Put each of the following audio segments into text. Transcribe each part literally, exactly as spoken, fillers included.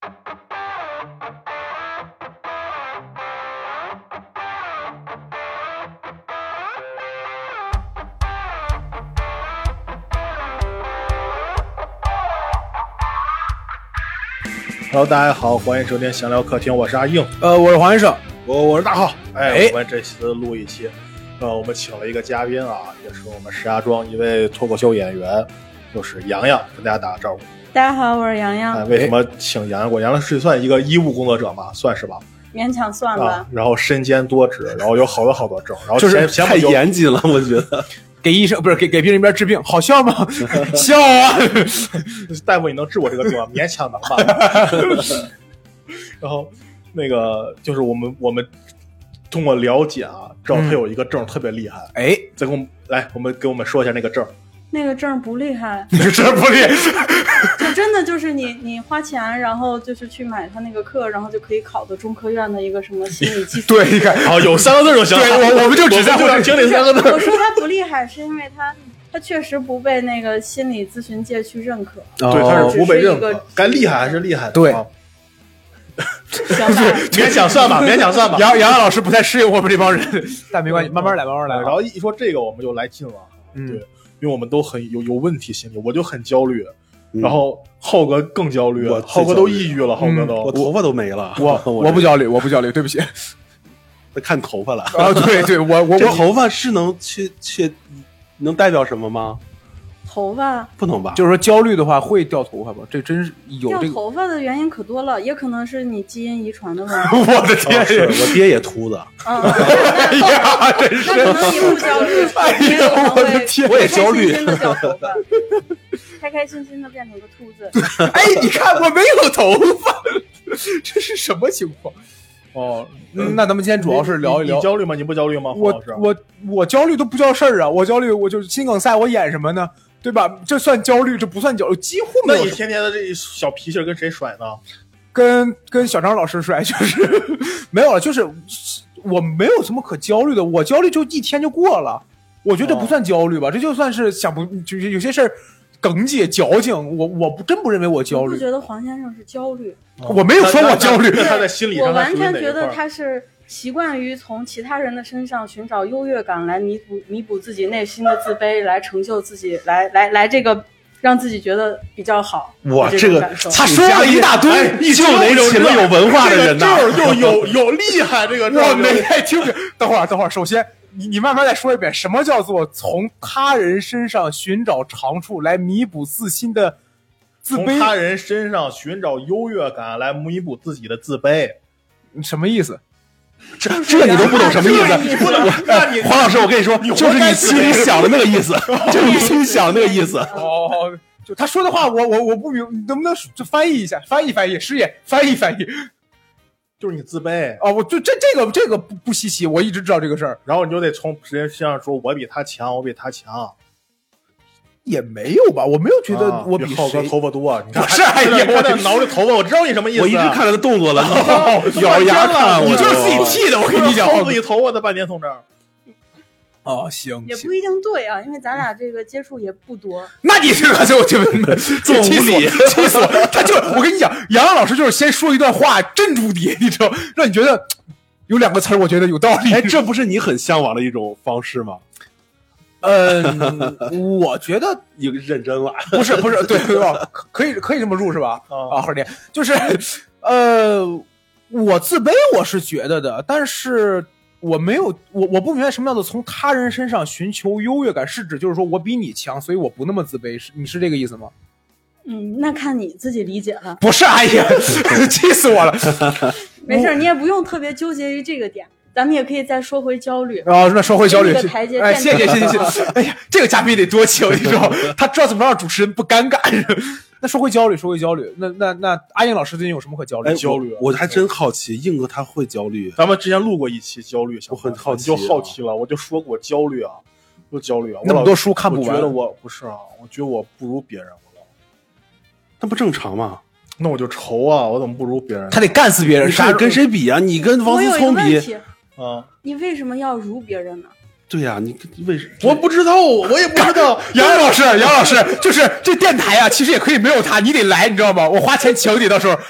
Hello， 大家好，欢迎收听闲聊客厅，我是阿硬， 呃，我是黄先生， 我我是大浩。哎， 哎我们这次录一期，呃，我们请了一个嘉宾啊，也是我们石家庄一位脱口秀演员，就是洋洋，跟大家打个招呼。 大家好，我是洋洋。 哎，为什么请洋洋过？洋洋是算一个医务工作者吧，算是吧？ 勉强算吧。 啊，然后身兼多职，然后有好多好多证，然后就是前太严谨了，我觉得。给医生不是给给病人一边治病，好笑吗？笑啊！ 大夫，你能治我这个病吗？勉强能吧。然后那个就是我们我们通过了解啊，知道他有一个证特别厉害。 哎、嗯， 再给我们来，我们给我们说一下那个证。 那个证不厉害， 那个证不厉害， 就真的就是你你花钱，然后就是去买他那个课，然后就可以考的中科院的一个什么心理技术。 对，你看， 哦，有三个字就行了。 对，我我们就只在乎听这三个字。 我说他不厉害，是因为他他确实不被那个心理咨询界去认可。 哦、对，他是不被认可。该厉害还是厉害的。 对。 行吧， 勉强算吧，勉强算吧。 杨杨洋老师不太适应我们这帮人，但没关系，慢慢来，慢慢来。 然后一说这个，我们就来劲了。 嗯， 对，因为我们都很有有问题心理，我就很焦虑。嗯、然后浩哥更焦虑， 我浩哥都抑郁了，浩哥都、 嗯，我头发都没了。 我我不焦虑，我不焦虑，对不起。 看头发了。 啊，对对，我我这头发是能去去能代表什么吗？ 头发不能吧？ 就是说焦虑的话会掉头发吧？这真是有这个。 掉头发的原因可多了，也可能是你基因遗传的问题。 我的天、 哦，是我爹也秃子。 嗯， 哎呀，真是。 那可能你不焦虑， 哎呀，我的天， 我也焦虑。 开开心心的掉头发，开开心心的变成个秃子。 哎，你看我没有头发，这是什么情况？哦，嗯、那咱们今天主要是聊一聊。 你, 你焦虑吗？你不焦虑吗？ 我我我焦虑都不叫事儿啊！我焦虑，我就是心梗塞，我演什么呢？对吧？这算焦虑，这不算焦虑，几乎没有。 那你天天的这小脾气跟谁甩呢？ 跟跟小张老师甩，就是没有了。就是我没有什么可焦虑的，我焦虑就一天就过了。我觉得这不算焦虑吧，哦、这就算是想不，就是有些事儿耿介矫情。我我不真不认为我焦虑。 我不觉得黄先生是焦虑， 哦、 我没有说我焦虑。 那他在心理上， 我完全觉得他是习惯于从其他人的身上寻找优越感，来弥补弥补自己内心的自卑，来成就自己，来来来这个让自己觉得比较好。 哇，这个他说了一大堆， 一就得请个有文化的人呐， 这就有有厉害这个。 我没太听明。等会儿，等会儿，首先你你慢慢再说一遍，什么叫做从他人身上寻找长处来弥补自心的自卑？ 从他人身上寻找优越感来弥补自己的自卑， 什么意思？ 这这你都不懂什么意思？ 你不懂，那你黄老师，我跟你说，就是你心里想的那个意思，就是你心里想的那个意思。 哦，就他说的话，我我我不明，你能不能就翻译一下？翻译翻译，师爷翻译翻译， 就是你自卑哦。我就这这个这个不不稀奇，我一直知道这个事儿。 然后你就得从人身上说，我比他强，我比他强。 也没有吧，我没有觉得我比浩哥头发多。你看， 是哎呀， 我在挠着头发，我知道你什么意思。 我一直看他的动作了，咬牙看， 你就是自己剃的。我跟你讲， 薅自己头发的半天从这儿。 哦，行， 也不一定对啊，因为咱俩这个接触也不多。 那你这个就就做无理， 气死我！他就我跟你讲，杨洋老师就是先说一段话镇住你，你知道，让你觉得有两个词儿，我觉得有道理。 哎，这不是你很向往的一种方式吗？ 嗯，我觉得你认真了， 不是不是，对对吧？可以可以这么入是吧？啊，二点就是，呃，我自卑我是觉得的，但是我没有，我我不明白什么叫做从他人身上寻求优越感，是指就是说我比你强，所以我不那么自卑，是你是这个意思吗？ 嗯，那看你自己理解了。 不是，哎呀，气死我了！ 没事，你也不用特别纠结于这个点。咱们也可以再说回焦虑哦，那说回焦虑， 台阶哎，谢谢谢谢谢谢。哎呀，这个嘉宾得多请，你知道，他知道怎么让主持人不尴尬。那说回焦虑，说回焦虑，那那那阿英老师最近有什么可焦虑？ 哎、 焦虑、啊我，我还真好奇，硬哥他会焦虑。 咱们之前录过一期焦虑， 我很好奇、 啊，就好奇了，我就说过焦虑啊，就焦虑啊。 那么多书看不完， 我觉得我不是啊，我觉得我不如别人了， 那不正常吗？ 那我就愁啊，我怎么不如别人？ 他得干死别人， 啥跟谁比啊？你跟王思聪比啊？ 你为什么要如别人呢？ 对呀、啊，你为什我不知道，我也不知道。 杨老师，杨老师，就是这电台啊，其实也可以没有他，你得来，你知道吗？我花钱请你，到时候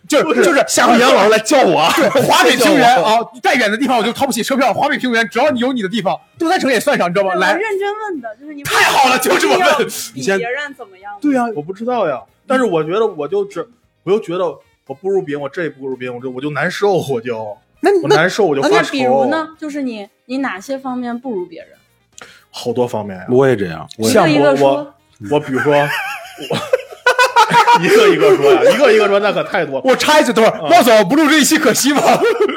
就是就是下回杨老师来教我。 对，华北平原啊，再远的地方我就掏不起车票。华北平原，只要你有你的地方，东三省也算上，你知道吗？来， 认真问的，就是你太好了，就这么问。 比别人怎么样？ 对呀、啊， 我不知道呀。但是我觉得，我就只，我就觉得我不如别人，我这也不如别人，我就我就难受，我就那我难受，我就发愁。 那比如呢？就是你你哪些方面不如别人？ 好多方面呀。 我也这样。 一个一个说。 我比如说，我一个一个说呀，一个一个说，那可太多。 我插一句，等会儿，汪总不录这一期可惜吗？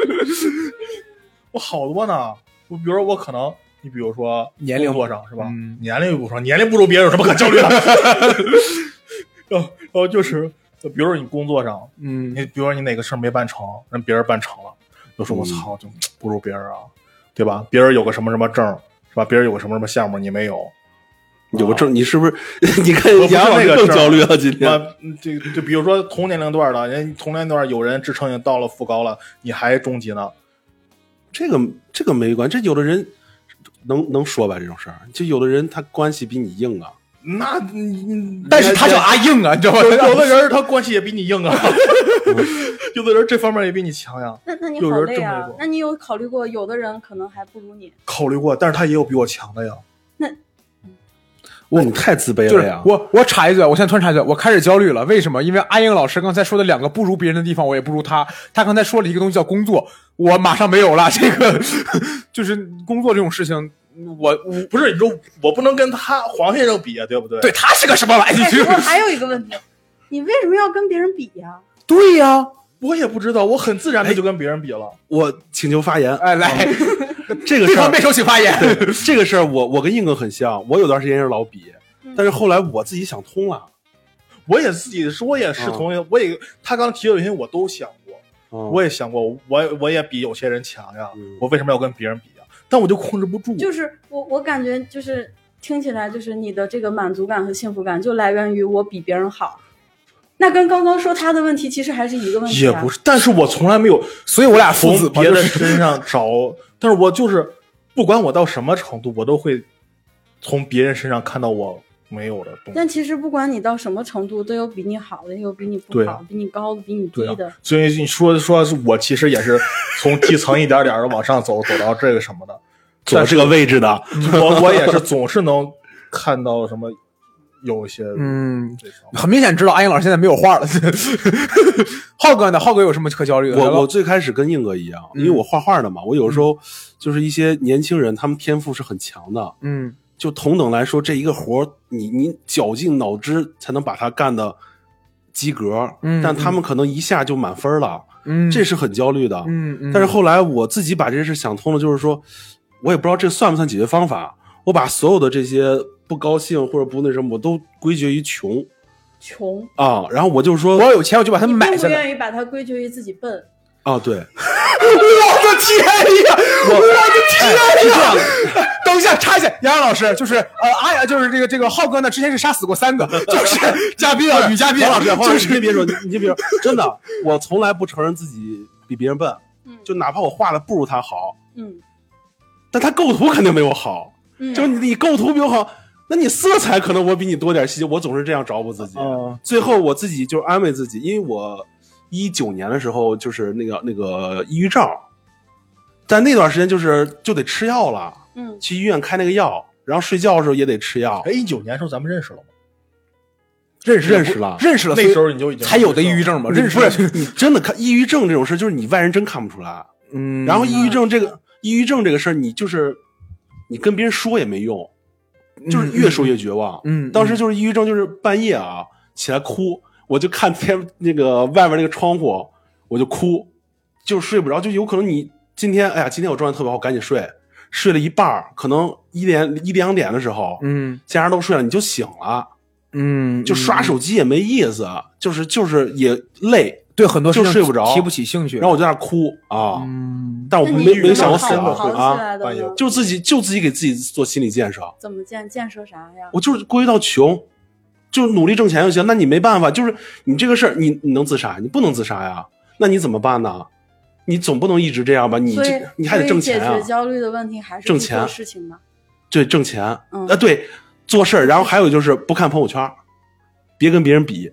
我好多呢。我比如说，我可能，你比如说年龄工作上是吧？ 嗯、 年龄不说，年龄不如别人有什么可焦虑的？然后，然后就是，比如说你工作上， 嗯， 你比如说你哪个事儿没办成，让别人办成了，就说我操，就不如别人啊，对吧？别人有个什么什么证，是吧？别人有个什么什么项目，你没有。 有个证，你是不是？你看杨老师更焦虑了。今天， 这就比如说同年龄段的人，同年龄段有人职称已经到了副高了，你还中级呢？ 这个这个没关，这有的人能能说吧？这种事儿，就有的人他关系比你硬啊。 那，嗯、 但是他叫阿硬啊，你知道吗？ 有的人他关系也比你硬啊，有的人这方面也比你强呀。 那那你好累啊？那你有考虑过，有的人可能还不如你？ 考虑过，但是他也有比我强的呀。 那。 哇，你太自卑了呀！ 我我插一嘴，我现在突然插一嘴，我开始焦虑了。为什么？因为阿英老师刚才说的两个不如别人的地方，我也不如他。他刚才说了一个东西叫工作，我马上没有了。这个就是工作这种事情，我我不是你说我不能跟他黄先生比啊，对不对？ 对，他是个什么玩意儿？ 我还有一个问题，你为什么要跟别人比呀？ 对呀， 我也不知道，我很自然的就跟别人比了。 我请求发言， 哎，来。 这个事儿， 对手请发言。 这个事儿，我我跟硬哥很像，我有段时间也是老比，但是后来我自己想通了， 我也自己说也是同意，我也他刚提的原因我都想过， 嗯、 我也想过，我我也比有些人强呀，嗯、我为什么要跟别人比呀？但我就控制不住。 就是我我感觉就是听起来就是你的这个满足感和幸福感就来源于我比别人好。那跟刚刚说他的问题其实还是一个问题、 啊，也不是，但是我从来没有， 所以我俩父子从别人身上找，但是我就是不管我到什么程度，我都会从别人身上看到我没有的东西。 但其实不管你到什么程度，都有比你好的，也有比你不好、比你高的、比你低的。 啊、所以你说说我其实也是从基层一点点的往上走，走到这个什么的， 走这个位置的。 我我也是总是能看到什么。有一些嗯，很明显知道安英老师现在没有话了。浩哥呢？浩哥有什么可焦虑的？ 我我最开始跟硬哥一样，因为我画画的嘛，我有时候就是一些年轻人，他们天赋是很强的， 嗯， 就同等来说，这一个活你你绞尽脑汁才能把它干的及格， 嗯， 但他们可能一下就满分了， 嗯， 这是很焦虑的， 嗯嗯。 但是后来我自己把这事想通了，就是说，我也不知道这算不算解决方法，我把所有的这些。不高兴或者不那什么，我都归结于穷， 穷啊，然后我就说， 我要有钱我就把它买下来。 你不愿意把它归结于自己笨啊？对， 我的天呀！我我的天呀！等一下，插一下，杨洋老师，就是呃，阿雅，就是这个这个浩哥呢，之前是杀死过三个，就是嘉宾啊，女嘉宾。 黄老师，黄老师，你别说，你你别说，真的，我从来不承认自己比别人笨， 嗯， 就哪怕我画的不如他好， 嗯， 但他构图肯定没我好， 嗯， 就是你你构图比我好。那你色彩可能我比你多点细节，我总是这样找补自己。 嗯、 最后我自己就安慰自己，因为我一九年的时候就是那个那个抑郁症，但那段时间就是就得吃药了， 嗯， 去医院开那个药，然后睡觉的时候也得吃药。 哎，一九年的时候咱们认识了吗？ 认识认识了， 认识了。 那时候你就已经才有的抑郁症吗？认识不是你真的看抑郁症这种事，就是你外人真看不出来。 嗯， 然后抑郁症这个抑郁症这个事儿，你就是你跟别人说也没用。就是越说越绝望， 嗯， 当时就是抑郁症，就是半夜啊起来哭，我就看天那个外面那个窗户，我就哭，就睡不着，就有可能你今天，哎呀，今天我状态特别好，赶紧睡，睡了一半，可能一点一两点的时候， 嗯， 家人都睡了，你就醒了， 嗯， 就刷手机也没意思，就是就是也累， 对，很多就睡不着， 提不起兴趣， 然后我就在那哭啊， 嗯， 但我没没想过深的睡啊，就自己就自己给自己做心理建设， 怎么建建设啥呀？ 我就是归到穷，就努力挣钱就行。那你没办法，就是你这个事儿，你你能自杀，你不能自杀呀？那你怎么办呢？你总不能一直这样吧？你这你还得挣钱啊！ 解决焦虑的问题还是挣钱事情嘛？ 对，挣钱， 嗯， 啊，对，做事儿。然后还有就是不看朋友圈，别跟别人比。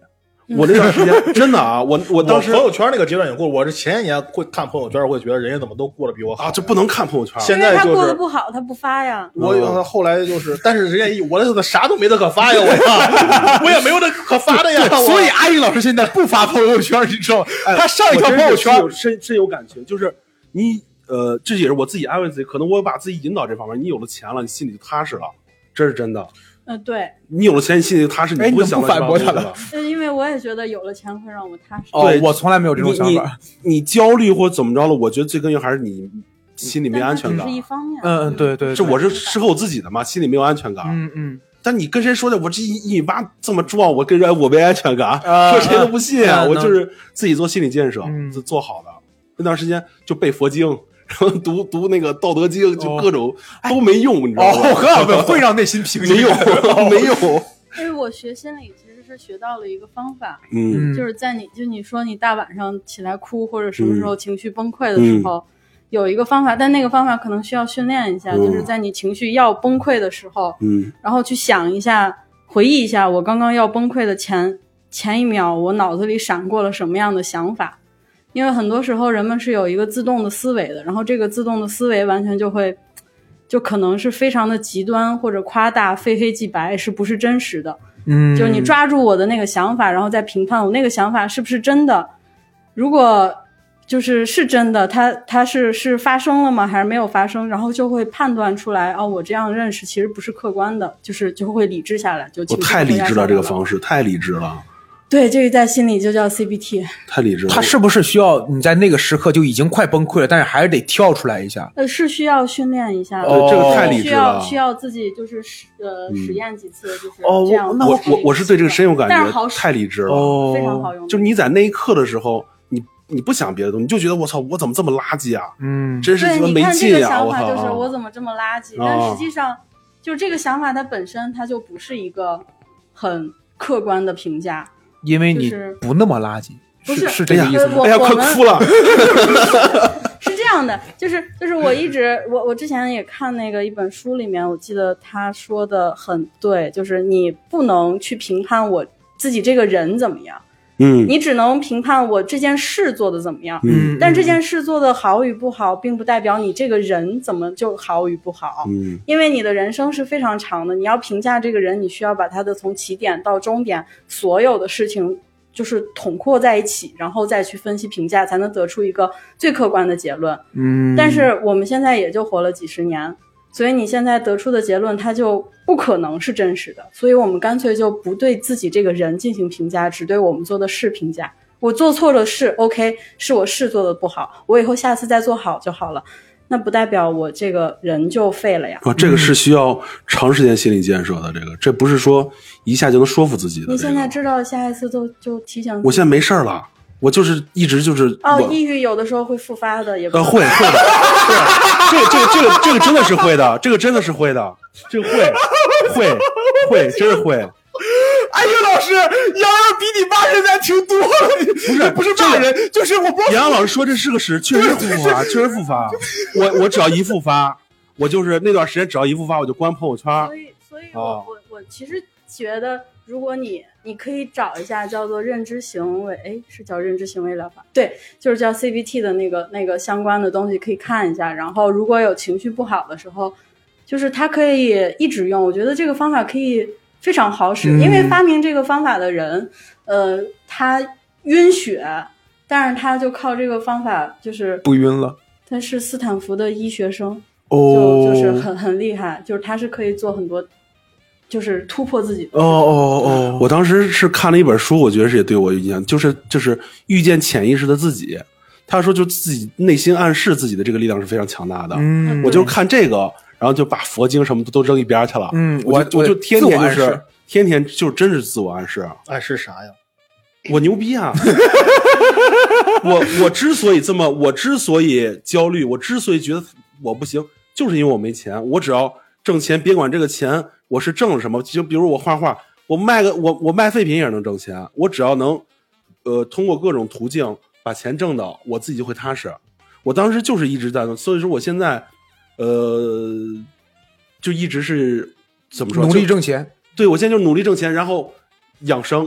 我那段时间真的啊，我我当时朋友圈那个阶段也过，我是前一年会看朋友圈，会觉得人家怎么都过得比我好啊，就不能看朋友圈。 现在就是因为他过得不好，他不发呀。 我有后来就是，但是人家一我那啥都没得可发呀，我呀，我也没有那可发的呀。 所以阿姨老师现在不发朋友圈，你知道吗？他上一条朋友圈深深有感情，就是你呃，这也是我自己安慰自己，可能我把自己引导这方面，你有了钱了，你心里就踏实了，这是真的。 嗯，对， 你有了钱，你心里踏实，你不会想不反驳他了。 因为我也觉得有了钱会让我踏实。 哦，我从来没有这种想法。 你, 你, 你焦虑或怎么着了？我觉得最根源还是你心里没安全感。 是一方面。 嗯嗯，对 对, 对。 这我是适合我自己的嘛，心里没有安全感。 嗯嗯。 但你跟谁说的？我这一一米八这么壮，我跟人我没安全感，呃、说谁都不信啊！呃、我就是自己做心理建设，嗯、做好的。那段时间就背佛经。然后读读那个《道德经》，就各种、哦、都没用，你知道吗？ 哦，会让内心平静。 没有，没有。 因为我学心理其实是学到了一个方法， 嗯， 就是在你就你说你大晚上起来哭或者什么时候情绪崩溃的时候，嗯、有一个方法，但那个方法可能需要训练一下，嗯、就是在你情绪要崩溃的时候， 嗯， 然后去想一下，回忆一下我刚刚要崩溃的前前一秒，我脑子里闪过了什么样的想法。因为很多时候人们是有一个自动的思维的，然后这个自动的思维完全就会就可能是非常的极端或者夸大，非黑即白，是不是真实的。 嗯， 就是你抓住我的那个想法，然后再评判我那个想法是不是真的。如果就是是真的，它它是是发生了吗还是没有发生，然后就会判断出来，哦，我这样认识其实不是客观的，就是就会理智下来。就我太理智了，这个方式太理智了。 对，这个在心里就叫 C B T， 太理智了。 他是不是需要你在那个时刻就已经快崩溃了，但是还是得跳出来一下？ 呃，是需要训练一下的。 哦，这个太理智了。 需要需要自己就是呃、嗯、实验几次，就是这样。 哦，我我我是对这个深有感觉， 但是好太理智了， 哦，非常好用。 就是你在那一刻的时候，你你不想别的东西，你就觉得我操，我怎么这么垃圾啊？ 嗯， 真是怎么没劲啊！ 对，你看这个想法就是我怎么这么垃圾， 哦、 但实际上就是这个想法它本身它就不是一个很客观的评价。 因为你不那么垃圾， 不是是这个意思吗？ 哎呀，快哭了！ 是这样的，就是就是我一直我我之前也看那个一本书里面，我记得他说的很对，就是你不能去评判我自己这个人怎么样， 嗯， 你只能评判我这件事做的怎么样， 嗯， 但这件事做的好与不好，并不代表你这个人怎么就好与不好， 嗯， 因为你的人生是非常长的，你要评价这个人，你需要把他的从起点到终点所有的事情就是统括在一起，然后再去分析评价，才能得出一个最客观的结论。 嗯， 但是我们现在也就活了几十年，所以你现在得出的结论它就不可能是真实的，所以我们干脆就不对自己这个人进行评价，只对我们做的事评价。我做错了事 OK， 是我事做的不好，我以后下次再做好就好了，那不代表我这个人就废了呀。 啊，这个是需要长时间心理建设的，这个这不是说一下就能说服自己的。 你现在知道下一次就就提醒自己。 我现在没事了，我就是一直就是哦，抑郁有的时候会复发的，也不呃会会的，对，这个这个这个这个真的是会的，这个真的是会的，这个会会会真是会。 哎呦，老师，杨洋比你骂人咱听多了， 不是不是骂人，就是我不。 杨洋老师说这是个事，确实复发，确实复发。我我只要一复发，我就是那段时间只要一复发，我就关朋友圈。 所以所以我、哦、我我其实觉得，如果你你可以找一下叫做认知行为，哎，是叫认知行为疗法，对，就是叫 C B T 的那个那个相关的东西可以看一下。然后如果有情绪不好的时候，就是它可以一直用。我觉得这个方法可以非常好使，因为发明这个方法的人，呃，他晕血，但是他就靠这个方法就是不晕了。 他是斯坦福的医学生， 哦， 就就是很很厉害，就是他是可以做很多，就是突破自己的。 哦哦哦！ 我当时是看了一本书，我觉得是也对我有影响，就是就是遇见潜意识的自己。他说，就自己内心暗示自己的这个力量是非常强大的。 嗯， 我就是看这个。然后就把佛经什么的都扔一边去了。 嗯， 我就我就天天就是天天就真是自我暗示。 暗示啥呀？ 我牛逼啊！我我之所以这么，我之所以焦虑，我之所以觉得我不行，就是因为我没钱。我只要挣钱，别管这个钱我是挣了什么。就比如我画画，我卖个我我卖废品也能挣钱。我只要能呃通过各种途径把钱挣到，我自己就会踏实。我当时就是一直在那，所以说我现在。呃，就一直是怎么说？ 努力挣钱。 对，我现在就努力挣钱，然后养生。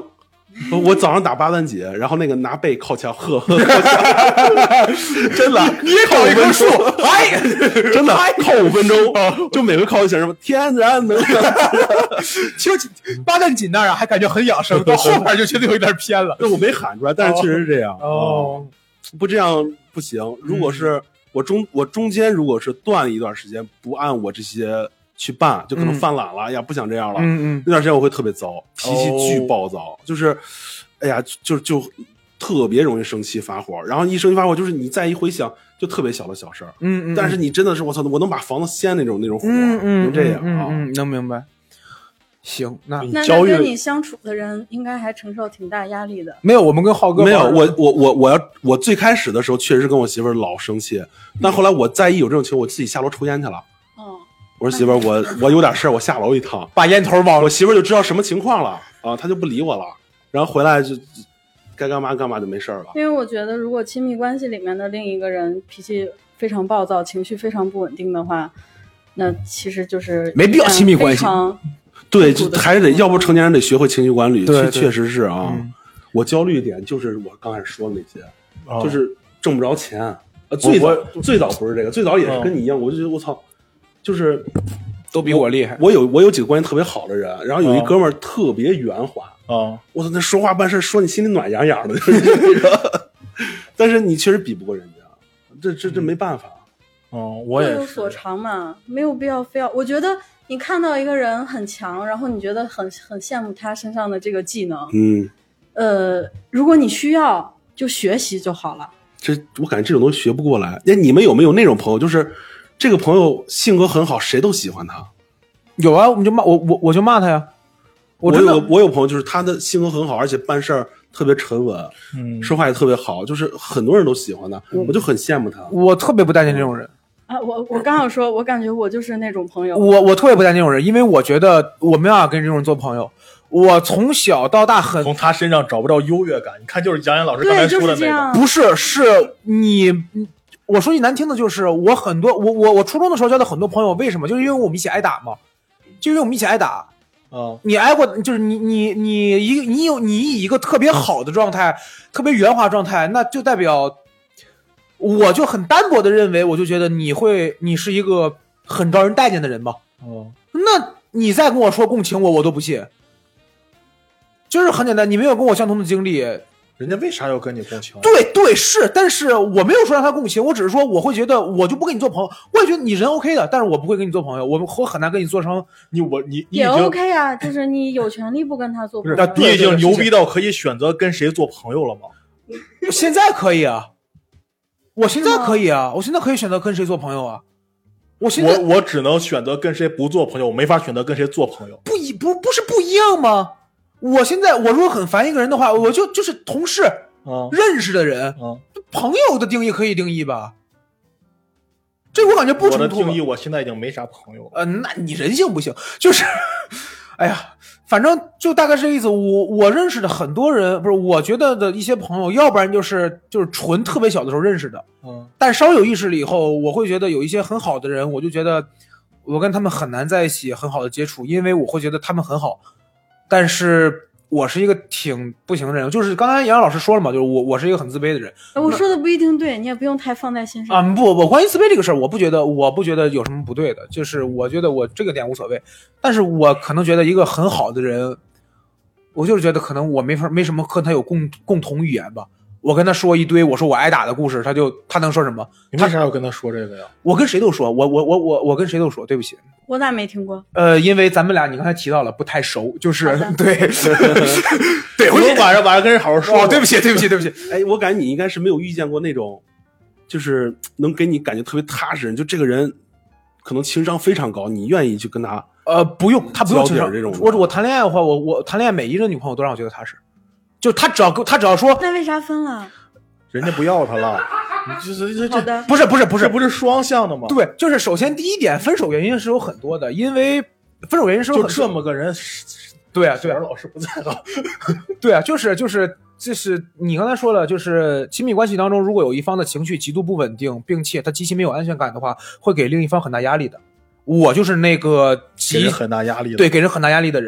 我早上打八段锦，然后那个拿背靠墙喝，喝靠墙真的， 你也搞一棵树，哎， 真的靠五分钟，就每回靠一下什么天然能量。 就八段锦那儿啊，还感觉很养生，到后边就觉得有点偏了。 我没喊出来，但是确实是这样。 哦， 不这样不行。如果是我中我中间如果是断了一段时间，不按我这些去办，就可能犯懒了，哎呀，不想这样了。 嗯嗯， 那段时间我会特别糟，脾气巨暴躁，就是，哎呀，就就特别容易生气发火，然后一生气发火，就是你再一回想，就特别小的小事儿。 嗯嗯， 但是你真的是我操，我能把房子掀那种那种火， 嗯嗯， 能这样啊？ 嗯，能明白。行，那那那跟你相处的人应该还承受挺大压力的。 没有，我们跟浩哥没有，我我我我要我最开始的时候确实跟我媳妇儿老生气，但后来我再一有这种情况，我自己下楼抽烟去了。 哦， 我说媳妇儿，我我有点事儿，我下楼一趟， 把烟头往我媳妇儿就知道什么情况了啊，她就不理我了，然后回来就该干嘛干嘛就没事了。 因为我觉得，如果亲密关系里面的另一个人脾气非常暴躁，情绪非常不稳定的话，那其实就是没必要亲密关系。 对，就还是得，要不成年人得学会情绪管理。 对， 确实是啊。 嗯、 我焦虑点就是我刚开始说的那些， 哦、 就是挣不着钱。呃，最早最早不是这个，最早也是跟你一样，我就觉得我操，就是都比我厉害。 我有我有几个关系特别好的人，然后有一哥们儿特别圆滑啊， 我操，那说话办事说你心里暖洋洋的，就是那个。但是你确实比不过人家，这这这没办法。 哦，我也是。 各有所长嘛，没有必要非要。我觉得你看到一个人很强，然后你觉得很很羡慕他身上的这个技能， 嗯， 呃，如果你需要，就学习就好了。 这我感觉这种东西学不过来。那你们有没有那种朋友，就是这个朋友性格很好，谁都喜欢他？ 有啊，我们就骂我我我就骂他呀。 我有我有朋友，就是他的性格很好，而且办事儿特别沉稳， 嗯， 说话也特别好，就是很多人都喜欢他， 嗯、 我就很羡慕他。 我特别不待见这种人。 啊，我我刚想说，我感觉我就是那种朋友。 我我特别不待见这种人，因为我觉得我没办法跟这种人做朋友。我从小到大很从他身上找不到优越感。你看，就是蒋岩老师刚才说的那个， 不是，是你，我说句难听的，就是我很多我我我初中的时候交的很多朋友，为什么？就是因为我们一起挨打嘛，就因为我们一起挨打。 啊， 你挨过，就是你你你一你有你以一个特别好的状态，特别圆滑状态，那就代表。我就很单薄的认为，我就觉得你会，你是一个很招人待见的人吧。 哦， 那你再跟我说共情我，我都不信。就是很简单，你没有跟我相同的经历， 人家为啥要跟你共情？ 对对是，但是我没有说让他共情，我只是说我会觉得我就不跟你做朋友，我也觉得你人 OK 的，但是我不会跟你做朋友，我我很难跟你做成你我你也 OK 啊，就是你有权利不跟他做朋友。 你已经牛逼到可以选择跟谁做朋友了吗？ 现在可以啊。我现在可以啊，我现在可以选择跟谁做朋友啊。我现在我我只能选择跟谁不做朋友，我没法选择跟谁做朋友。 不一不不是不一样吗？我现在我如果很烦一个人的话，我就就是同事， 嗯， 认识的人， 嗯， 朋友的定义可以定义吧？这我感觉不冲突。 我的定义，我现在已经没啥朋友了。 呃，那你人性不行，就是，哎呀。反正就大概是这意思。我我认识的很多人，不是我觉得的一些朋友，要不然就是就是纯特别小的时候认识的， 嗯， 但稍有意识了以后，我会觉得有一些很好的人，我就觉得我跟他们很难在一起很好的接触，因为我会觉得他们很好，但是我是一个挺不行的人，就是刚才杨老师说了嘛，就是我我是一个很自卑的人。 我说的不一定对，你也不用太放在心上啊。不，我关于自卑这个事儿，我不觉得，我不觉得有什么不对的，就是我觉得我这个点无所谓，但是我可能觉得一个很好的人，我就是觉得可能我没法没什么和他有共共同语言吧。我跟他说一堆我说我挨打的故事，他就他能说什么？ 你为啥要跟他说这个呀？ 我跟谁都说，我我我我我跟谁都说，对不起。 我咋没听过？ 呃，因为咱们俩你刚才提到了不太熟，就是对对，回头晚上晚上跟人好好说。 哦，对不起，对不起，对不起。 哎，我感觉你应该是没有遇见过那种，就是能给你感觉特别踏实，就这个人可能情商非常高，你愿意去跟他。 呃，不用，他不用情商这种。 我我谈恋爱的话，我我谈恋爱每一个女朋友都让我觉得踏实，就他只要他只要说， 那为啥分了？ 人家不要他了。就是这这不是不是不是这不是双向的吗？ 对，就是首先第一点，分手原因是有很多的，因为分手原因是有很多就这么个人， 对啊对啊， 老师不在了， 对啊，就是就是就是你刚才说了，就是亲密关系当中，如果有一方的情绪极度不稳定，并且他极其没有安全感的话，会给另一方很大压力的。我就是那个给人很大压力的， 对，给人很大压力的人。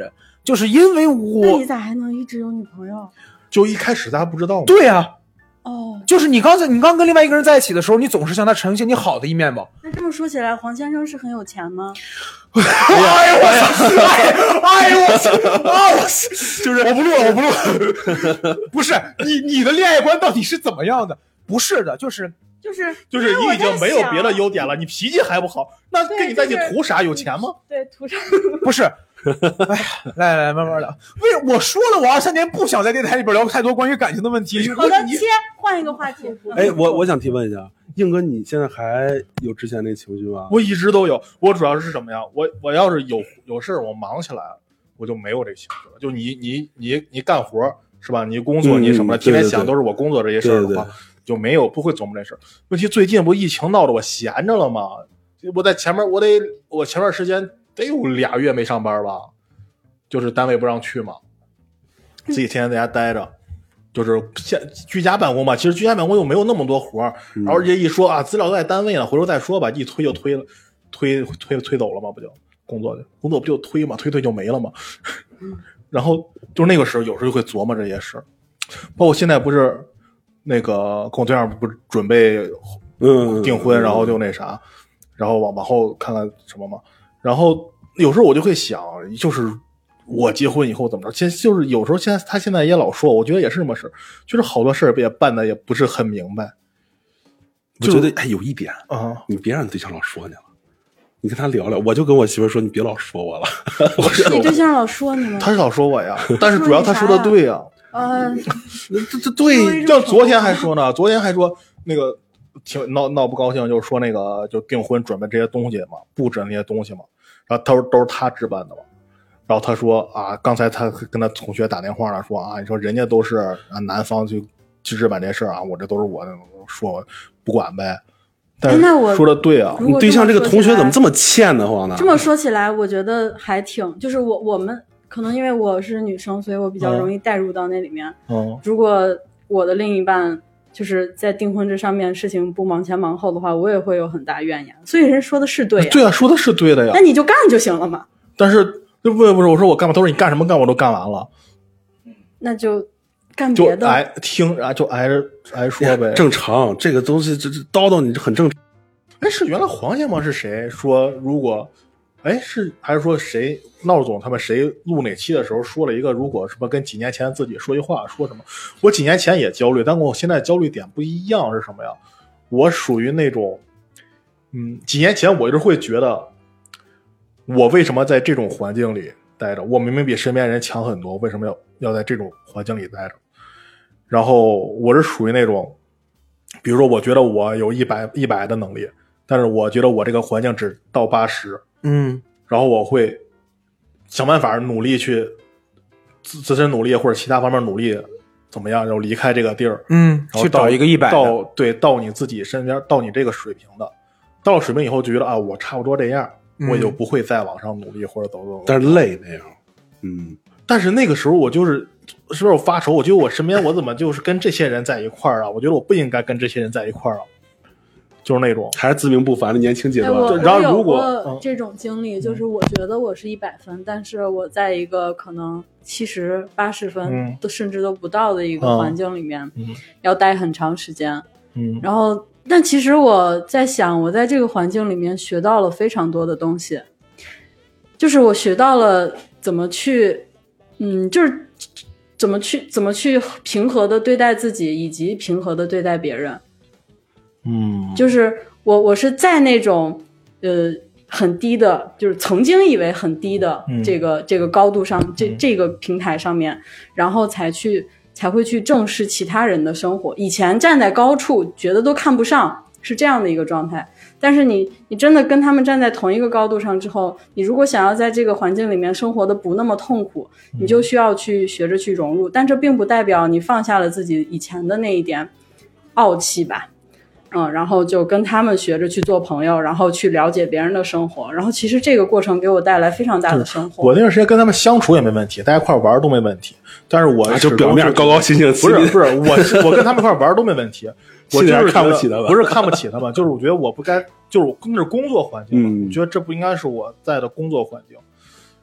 就是因为那我你咋还能一直有女朋友？ 就一开始大家不知道吗？ 对啊， 哦， 就是你刚才你刚跟另外一个人在一起的时候，你总是向他呈现你好的一面吧？ 那这么说起来，黄先生是很有钱吗？ 哎呦我操！哎呦我操！啊我就是我不录了，我不录了。不是你你的恋爱观到底是怎么样的？不是的，就是就是就是你已经没有别的优点了，你脾气还不好，那对跟你在一起就是图啥？有钱吗？ 对图啥？ 不是？哎呀，来来来，慢慢聊。为我说了，我二三年不想在电台里边聊太多关于感情的问题。 好的，切，换一个话题。 哎，我我想提问一下，硬哥，你现在还有之前那情绪吗？ 我一直都有，我主要是什么呀？我我要是有有事儿，我忙起来了，我就没有这情绪了。就你你你你干活是吧？你工作嗯你什么的， 对天天对对想都是我工作这些事儿的话， 对对就没有不会琢磨这事儿。问题最近不疫情闹得我闲着了吗？我在前面我得我前段时间得有俩月没上班吧，就是单位不让去嘛，自己天天在家待着。就是现居家办公嘛，其实居家办公又没有那么多活儿， 嗯然后人家一说啊，资料都在单位呢，回头再说吧，一推就推了，推推推走了嘛，不就工作去，工作不就推嘛，推推就没了嘛。然后就是那个时候，有时候就会琢磨这些事儿，包括现在不是那个跟我对象不是准备嗯订婚，然后就那啥，然后往往后看看什么嘛，然后有时候我就会想，就是我结婚以后怎么着？其实就是有时候现在他现在也老说，我觉得也是这么事，就是好多事儿也办的也不是很明白。 我觉得哎，有一点啊， 你别让你对象老说你了，你跟他聊聊。我就跟我媳妇说，你别老说我了。 你对象老说你吗？ 他是老说我呀，但是主要他说的对呀。 呃， 这这对，就昨天还说呢，昨天还说那个挺闹闹不高兴，就是说那个就订婚准备这些东西嘛，布置那些东西嘛，然后他说都是他置办的嘛。然后他说啊，刚才他跟他同学打电话了，说啊，你说人家都是啊男方就去置办这事儿啊，我这都是我说我不管呗。但是那我说的对啊， 你对象这个同学怎么这么欠得慌呢？ 这么说起来，我觉得还挺，就是我我们可能因为我是女生，所以我比较容易带入到那里面。 嗯， 如果我的另一半就是在订婚这上面事情不忙前忙后的话，我也会有很大怨言。所以人说的是对呀， 对啊，说的是对的呀。 那你就干就行了嘛。 但是。就不不是我说我干嘛都是你干什么干我都干完了， 那就干就别的， 挨听啊就挨着挨说呗， 正常。这个东西这这叨叨你这很正常。 哎，是原来黄先吗？是谁说如果，哎是还是说谁闹总他们谁录哪期的时候说了一个，如果什么跟几年前自己说一话说什么，我几年前也焦虑，但我现在焦虑点不一样是什么呀？我属于那种，嗯，几年前我就会觉得。我为什么在这种环境里待着？我明明比身边人强很多，为什么要要在这种环境里待着？然后我是属于那种，比如说，我觉得我有一百一百的能力，但是我觉得我这个环境只到八十， 嗯， 然后我会想办法努力去自自身努力或者其他方面努力，怎么样，要离开这个地儿， 嗯，去找一个一百到对到你自己身边，到你这个水平的，到了水平以后就觉得啊，我差不多这样。我也就不会再往上努力或者走走， 但是累那样，嗯。 但是那个时候我就是，是不是我发愁？我觉得我身边我怎么就是跟这些人在一块儿啊？我觉得我不应该跟这些人在一块儿啊，就是那种还是自命不凡的年轻阶段。 哎、我然后如果我有过这种经历，嗯、就是我觉得我是一百分，但是我在一个可能七十八十分都、嗯、甚至都不到的一个环境里面， 嗯、 要待很长时间， 嗯， 然后。但其实我在想，我在这个环境里面学到了非常多的东西，就是我学到了怎么去，嗯，就是怎么去怎么去平和的对待自己，以及平和的对待别人。 嗯， 就是我我是在那种呃很低的，就是曾经以为很低的这个、嗯、这个高度上，这这个平台上面，然后才去。才会去正视其他人的生活。以前站在高处觉得都看不上，是这样的一个状态。但是你你真的跟他们站在同一个高度上之后，你如果想要在这个环境里面生活的不那么痛苦，你就需要去学着去融入。但这并不代表你放下了自己以前的那一点傲气吧。嗯，然后就跟他们学着去做朋友，然后去了解别人的生活，然后其实这个过程给我带来非常大的生活。 我那段时间跟他们相处也没问题，大家一块玩都没问题，但是我、 啊、就表面高高兴兴， 不是不是我我跟他们一块玩都没问题，我就是看不起他们， 不是看不起他们，就是我觉得我不该，就是我跟着工作环境， 嗯， 我觉得这不应该是我在的工作环境，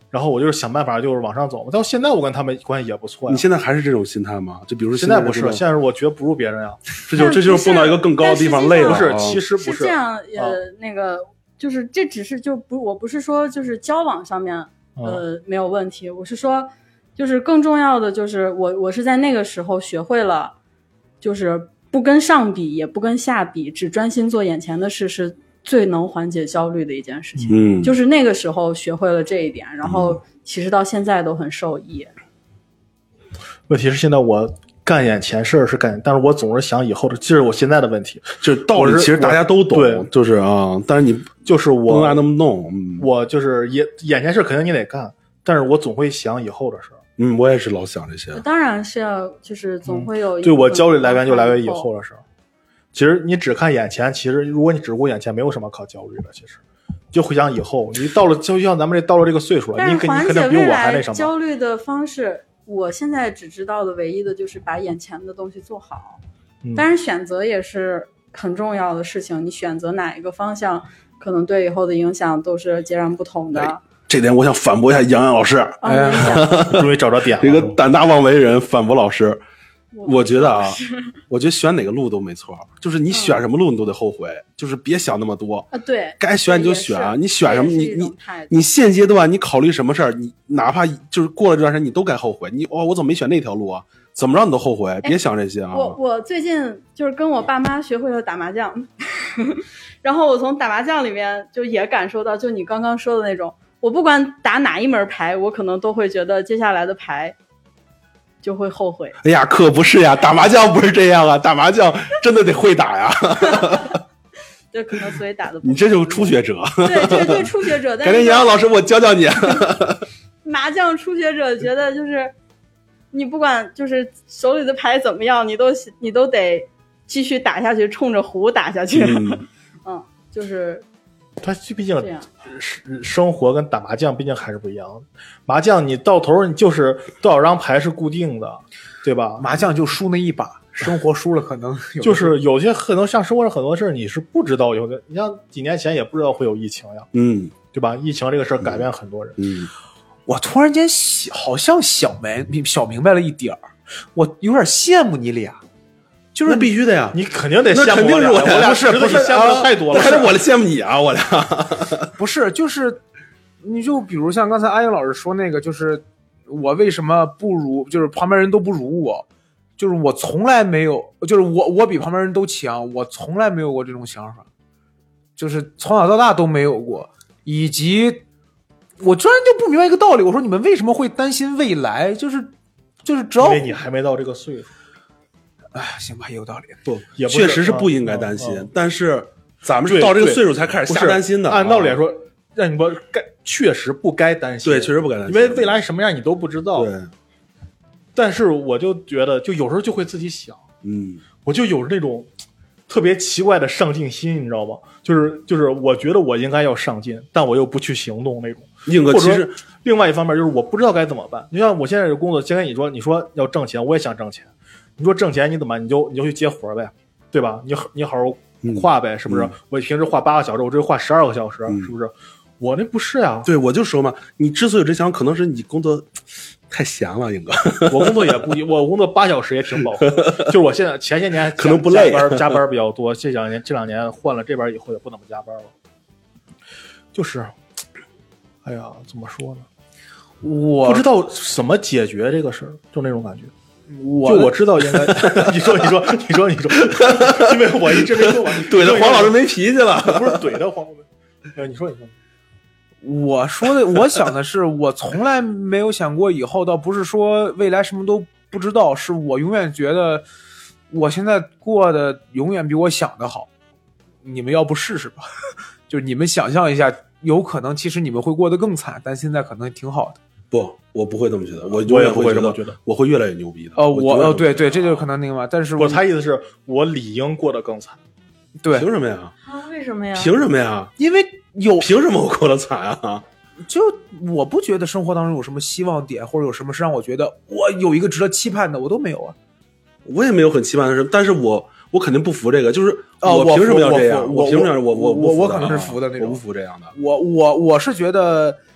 然后我就是想办法就是往上走。到现在我跟他们关系也不错呀。 你现在还是这种心态吗？就比如说现在不是， 现现在是我觉得不如别人呀。 这就这就是蹦到一个更高的地方累了。 不是，其实不是这样，呃，那个就是这只是就不，我不是说就是交往上面呃没有问题，我是说就是更重要的就是我我是在那个时候学会了，就是不跟上比也不跟下比，只专心做眼前的事是最能缓解焦虑的一件事情。 嗯， 就是那个时候学会了这一点，然后其实到现在都很受益。 问题是现在我干眼前事儿是干，但是我总是想以后的，这是我现在的问题。 就是道理其实大家都懂， 对， 就是啊，但是你就是我不能那么弄、嗯， 我就是眼眼前事肯定你得干，但是我总会想以后的事儿。 嗯，我也是老想这些。 当然是要，就是总会有一、 嗯、对我焦虑来源就来源于以后的事儿。其实你只看眼前，其实如果你只顾眼前，没有什么可焦虑的。其实就会想以后，你到了就像咱们这到了这个岁数了，你肯你肯定比我还那什么。 焦虑的方式，我现在只知道的唯一的就是把眼前的东西做好。 嗯、 但是选择也是很重要的事情，你选择哪一个方向，可能对以后的影响都是截然不同的。 哎、这点我想反驳一下杨洋老师， 哎， 终于找着点了。 这个胆大妄为人反驳老师。我觉得啊，我觉得选哪个路都没错，就是你选什么路你都得后悔，嗯、就是别想那么多啊。对， 该选你就选，你选什么你你你现阶段你考虑什么事儿，你哪怕就是过了这段时间你都该后悔。你哦，我怎么没选那条路啊？怎么着你都后悔，别想这些啊。 我我最近就是跟我爸妈学会了打麻将，然后我从打麻将里面就也感受到，就你刚刚说的那种，我不管打哪一门牌，我可能都会觉得接下来的牌。就会后悔。 哎呀，可不是呀，打麻将不是这样啊，打麻将真的得会打呀。 对，可能所以打的不。 你这就是初学者。 对，这对初学者。 改天杨洋老师，我教教你。 麻将初学者觉得就是，你不管就是手里的牌怎么样，你都你都得继续打下去，冲着胡打下去。嗯, 嗯，就是。 他毕竟生活跟打麻将毕竟还是不一样。麻将你到头你就是多少张牌是固定的，对吧？ 麻将就输那一把，生活输了可能有就是有些可能像生活上很多事你是不知道有的。你像几年前也不知道会有疫情呀， 嗯， 对吧？疫情这个事儿改变很多人。 嗯， 我突然间好像想明小明白了一点儿，我有点羡慕你俩。 就是必须的呀， 你肯定得羡慕我俩， 我俩不是不是羡慕的太多了， 还是我的羡慕你啊，我俩不是，就是你就比如像刚才阿英老师说那个，就是我为什么不如，就是旁边人都不如我，就是我从来没有，就是我我比旁边人都强，我从来没有过这种想法，就是从小到大都没有过，以及我突然就不明白一个道理，我说你们为什么会担心未来，就是就是只要因为你还没到这个岁数。 哎，行吧，也有道理。 不， 也不确实是不应该担心， 嗯嗯、 但是咱们是到这个岁数才开始瞎担心的。 按道理来说，让你不该，确实不该担心。 对，确实不该担心， 因为未来什么样你都不知道。 对。 但是我就觉得，就有时候就会自己想， 嗯， 我就有那种特别奇怪的上进心，你知道吗？就是就是，我觉得我应该要上进，但我又不去行动那种。 硬哥，其实另外一方面就是我不知道该怎么办。你像我现在这工作，先跟你说，你说要挣钱，我也想挣钱。你说挣钱你怎么你就你就去接活呗，对吧？你你好好画呗，是不是？ 嗯、 我平时画八个小时，我这画十二个小时， 嗯、 是不是？我那不是呀。 对，我就说嘛，你之所以这想，可能是你工作太闲了，英哥。 我工作也不，我工作八小时也挺饱和。就是我现在前些年可能不累， 加班加班比较多，这两年这两年换了这边以后也不怎么加班了。就是，哎呀，怎么说呢？ 我不知道怎么解决这个事儿，就那种感觉。 我就我知道应该，你说你说你说你说，因为我一直没说完， 怼的黄老师没脾气了， 不是怼的黄老师。你说你说， 我说的我想的是，我从来没有想过以后，倒不是说未来什么都不知道，是我永远觉得我现在过得永远比我想的好。你们要不试试吧？就你们想象一下，有可能其实你们会过得更惨，但现在可能挺好的。 不，我不会这么觉得，我我也不会这么觉得， 我会越来越牛逼的。 哦，我哦，对对，这就是可能那个嘛。但是我他意思是我理应过得更惨， 对， 凭什么呀？ 啊，为什么呀？ 凭什么呀？ 因为有凭什么我过得惨啊？ 就我不觉得生活当中有什么希望点，或者有什么是让我觉得我有一个值得期盼的，我都没有啊。 我也没有很期盼的事，但是我我肯定不服这个，就是我凭什么要这样？ 我凭什么要我我我我可能是服服的那种， 我不服这样的。 我我我是觉得。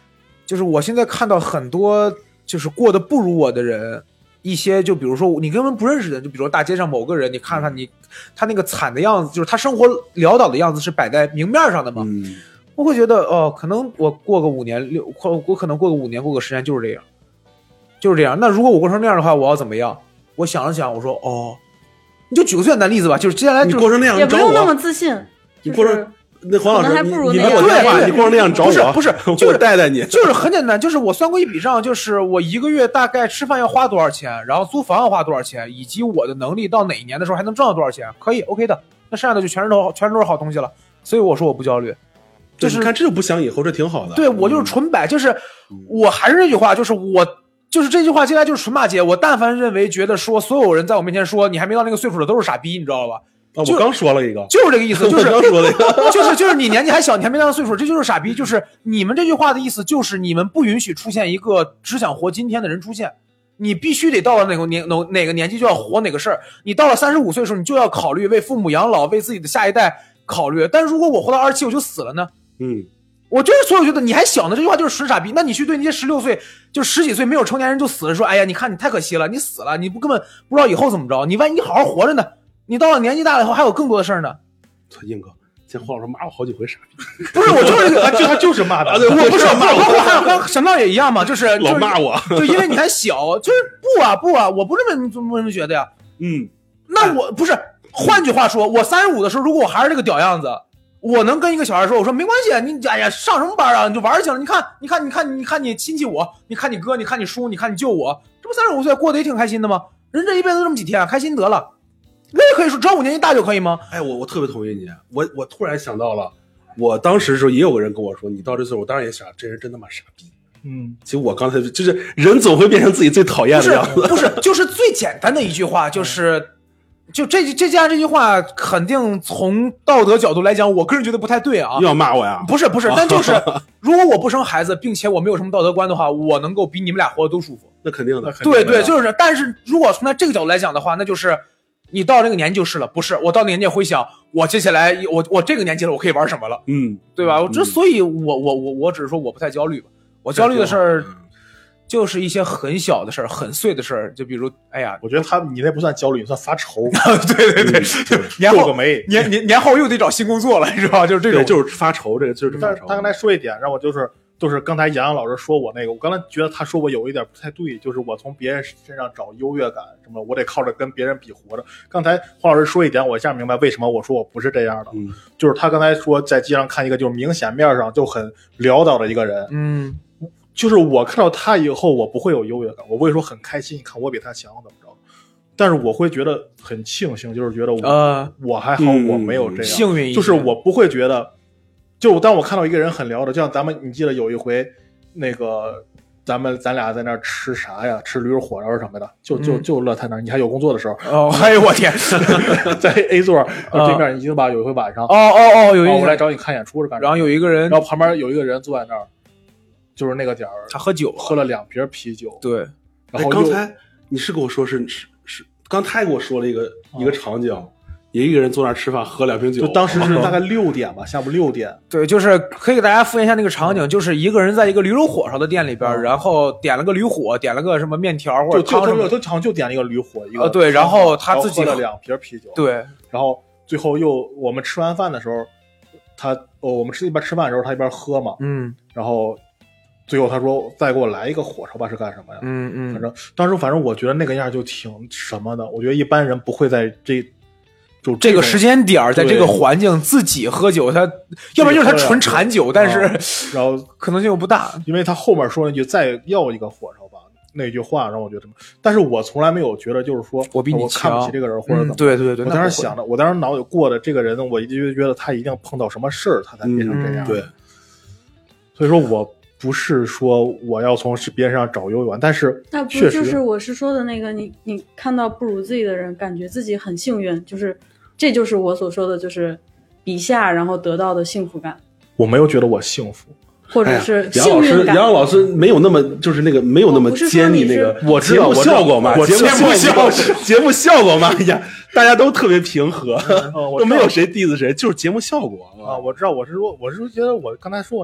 就是我现在看到很多就是过得不如我的人，一些就比如说你根本不认识的，就比如说大街上某个人，你看他你他那个惨的样子，就是他生活潦倒的样子是摆在明面上的嘛。 嗯， 我会觉得哦，可能我过个五年六，我可能过个五年过个十年就是这样，就是这样。那如果我过成那样的话，我要怎么样？我想了想，我说哦，你就举个最简单的例子吧，就是接下来、就是、 你过成那样也不找用那么我， 自信， 你过成。 就是那黄老师， 可能还不如你那样没我电话， 对对你过成那样找我， 不是不是就是我带带你， 就是很简单，就是我算过一笔账，就是我一个月大概吃饭要花多少钱，然后租房要花多少钱，以及我的能力到哪一年的时候还能挣到多少钱，可以 OK 的，那剩下的就全是都全都是好东西了。所以我说我不焦虑，就是你看这就不想以后，这挺好的。 对我就是纯摆，就是我还是那句话，就是我就是这句话接下来就是纯骂街。我但凡认为觉得说所有人在我面前说你还没到那个岁数的都是傻逼，你知道吧？ 啊，我刚说了一个， 就是这个意思，就是我刚说了一个， 就是就是你年纪还小，你还没到那岁数，这就是傻逼。就是你们这句话的意思，就是你们不允许出现一个只想活今天的人出现，你必须得到了哪个年哪哪个年纪就要活哪个事儿。你到了三十五岁的时候，你就要考虑为父母养老，为自己的下一代考虑。但如果我活到二十七我就死了呢？ 嗯， 我就是所有觉得你还小呢，这句话就是纯傻逼。那你去对那些十六岁就十几岁没有成年人就死了说，哎呀，你看你太可惜了，你死了，你不根本不知道以后怎么着，你万一好好活着呢？你到了年纪大了以后还有更多的事儿呢。 硬哥，今天黄老师骂我好几回傻逼， 不是我就是他就他就是骂的， 啊对我我不是骂我，我还跟沈道也一样嘛，就是老骂我， 就因为你还小，就是不啊不啊，我不这么这么这么觉得呀。 嗯， 那我不是，换句话说，我三十五的时候，如果我还是这个屌样子，我能跟一个小孩说，我说没关系，你哎呀上什么班啊，你就玩去了。你看你看你看你看你亲戚我，你看你哥，你看你叔，你看你舅我，这不三十五岁过得也挺开心的吗？人这一辈子这么几天，开心得了。那也可以说，只要我年纪大就可以吗？ 哎，我我特别同意你，我我突然想到了，我当时的时候也有个人跟我说，你到这岁数，我当然也想，这人真他妈傻逼。 嗯， 其实我刚才就是人总会变成自己最讨厌的样子， 不是，就是最简单的一句话，就是就这这家这句话，肯定从道德角度来讲，我个人觉得不太对啊。 又要骂我呀？ 不是不是，但就是如果我不生孩子，并且我没有什么道德观的话，我能够比你们俩活得都舒服。 那肯定的， 对对，就是。但是如果从他这个角度来讲的话，那就是你到这个年纪就是了，不是我到那个年纪会想，我接下来我我这个年纪了，我可以玩什么了？ 嗯， 对吧？我之所以我我我我只是说我不太焦虑吧，我焦虑的事儿。就是一些很小的事儿，很碎的事儿，就比如，哎呀， 我觉得他你那不算焦虑，你算发愁。 对对对， 嗯、 年后个没年年年后又得找新工作了，是吧？就是这种， 就是发愁，这个就是发愁。 但是他刚才说一点，让我就是就是刚才杨洋老师说我那个，我刚才觉得他说我有一点不太对，就是我从别人身上找优越感什么，我得靠着跟别人比活着。刚才黄老师说一点，我一下明白为什么我说我不是这样的， 嗯， 就是他刚才说在街上看一个就是明显面上就很潦倒的一个人， 嗯。 就是我看到他以后，我不会有优越感，我不会说很开心，你看我比他强怎么着，但是我会觉得很庆幸，就是觉得我、呃、我还好，我没有这样， 幸运一些， 就是我不会觉得，就当我看到一个人很潦的，就像咱们，你记得有一回那个咱们咱俩在那儿吃啥呀？吃驴肉火烧什么的，就就就乐泰那儿，你还有工作的时候， 哦，哎呦我天， 在 A 座对面，你记得吧？有一回晚上， 哦哦哦，有一我来找你看演出是干啥？ 然后有一个人， 然后旁边有一个人坐在那儿。就是那个点儿， 他喝酒， 喝了两瓶啤酒。 对， 然后刚才你是跟我说是是是，刚才给我说了一个、哦、一个场景，有一个人坐那儿吃饭，喝两瓶酒。 就当时是大概六点吧，下午六点。 对，就是可以给大家复原一下那个场景，就是一个人在一个驴肉火烧的店里边，嗯、然后点了个驴火，点了个什么面条或者汤什么， 他好像就点了一个驴火，一个、 呃、对，然后他自己喝了两瓶啤酒。 对， 然后最后又我们吃完饭的时候，他哦，我们吃一边吃饭的时候，他一边喝嘛， 嗯， 然后。最后他说再给我来一个火烧吧，是干什么呀？ 嗯嗯， 反正当时反正我觉得那个样就挺什么的，我觉得一般人不会在这就这个时间点在这个环境自己喝酒，他要不然就是他纯馋酒，但是然后可能性又不大， 因为他后面说那句再要一个火烧吧那句话让我觉得，但是我从来没有觉得就是说我比你看不起这个人或者怎么、 嗯、对对对， 我当时想的，我当时脑子过的这个人，我一直觉得他一定碰到什么事儿，他才变成这样、 嗯。对， 所以说我。不是说我要从别人上找优越感，但是那不就是我是说的那个你你看到不如自己的人，感觉自己很幸运，就是这就是我所说的，就是比下然后得到的幸福感。 我没有觉得我幸福， 或者是幸运感。杨老师没有那么就是那个没有那么尖利那个， 我知道节目效果嘛， 我节目效果节目效果嘛呀，大家都特别平和， 嗯、 都没有谁 diss 谁，就是节目效果啊。我知道，我是说，我是觉得我刚才说我那个。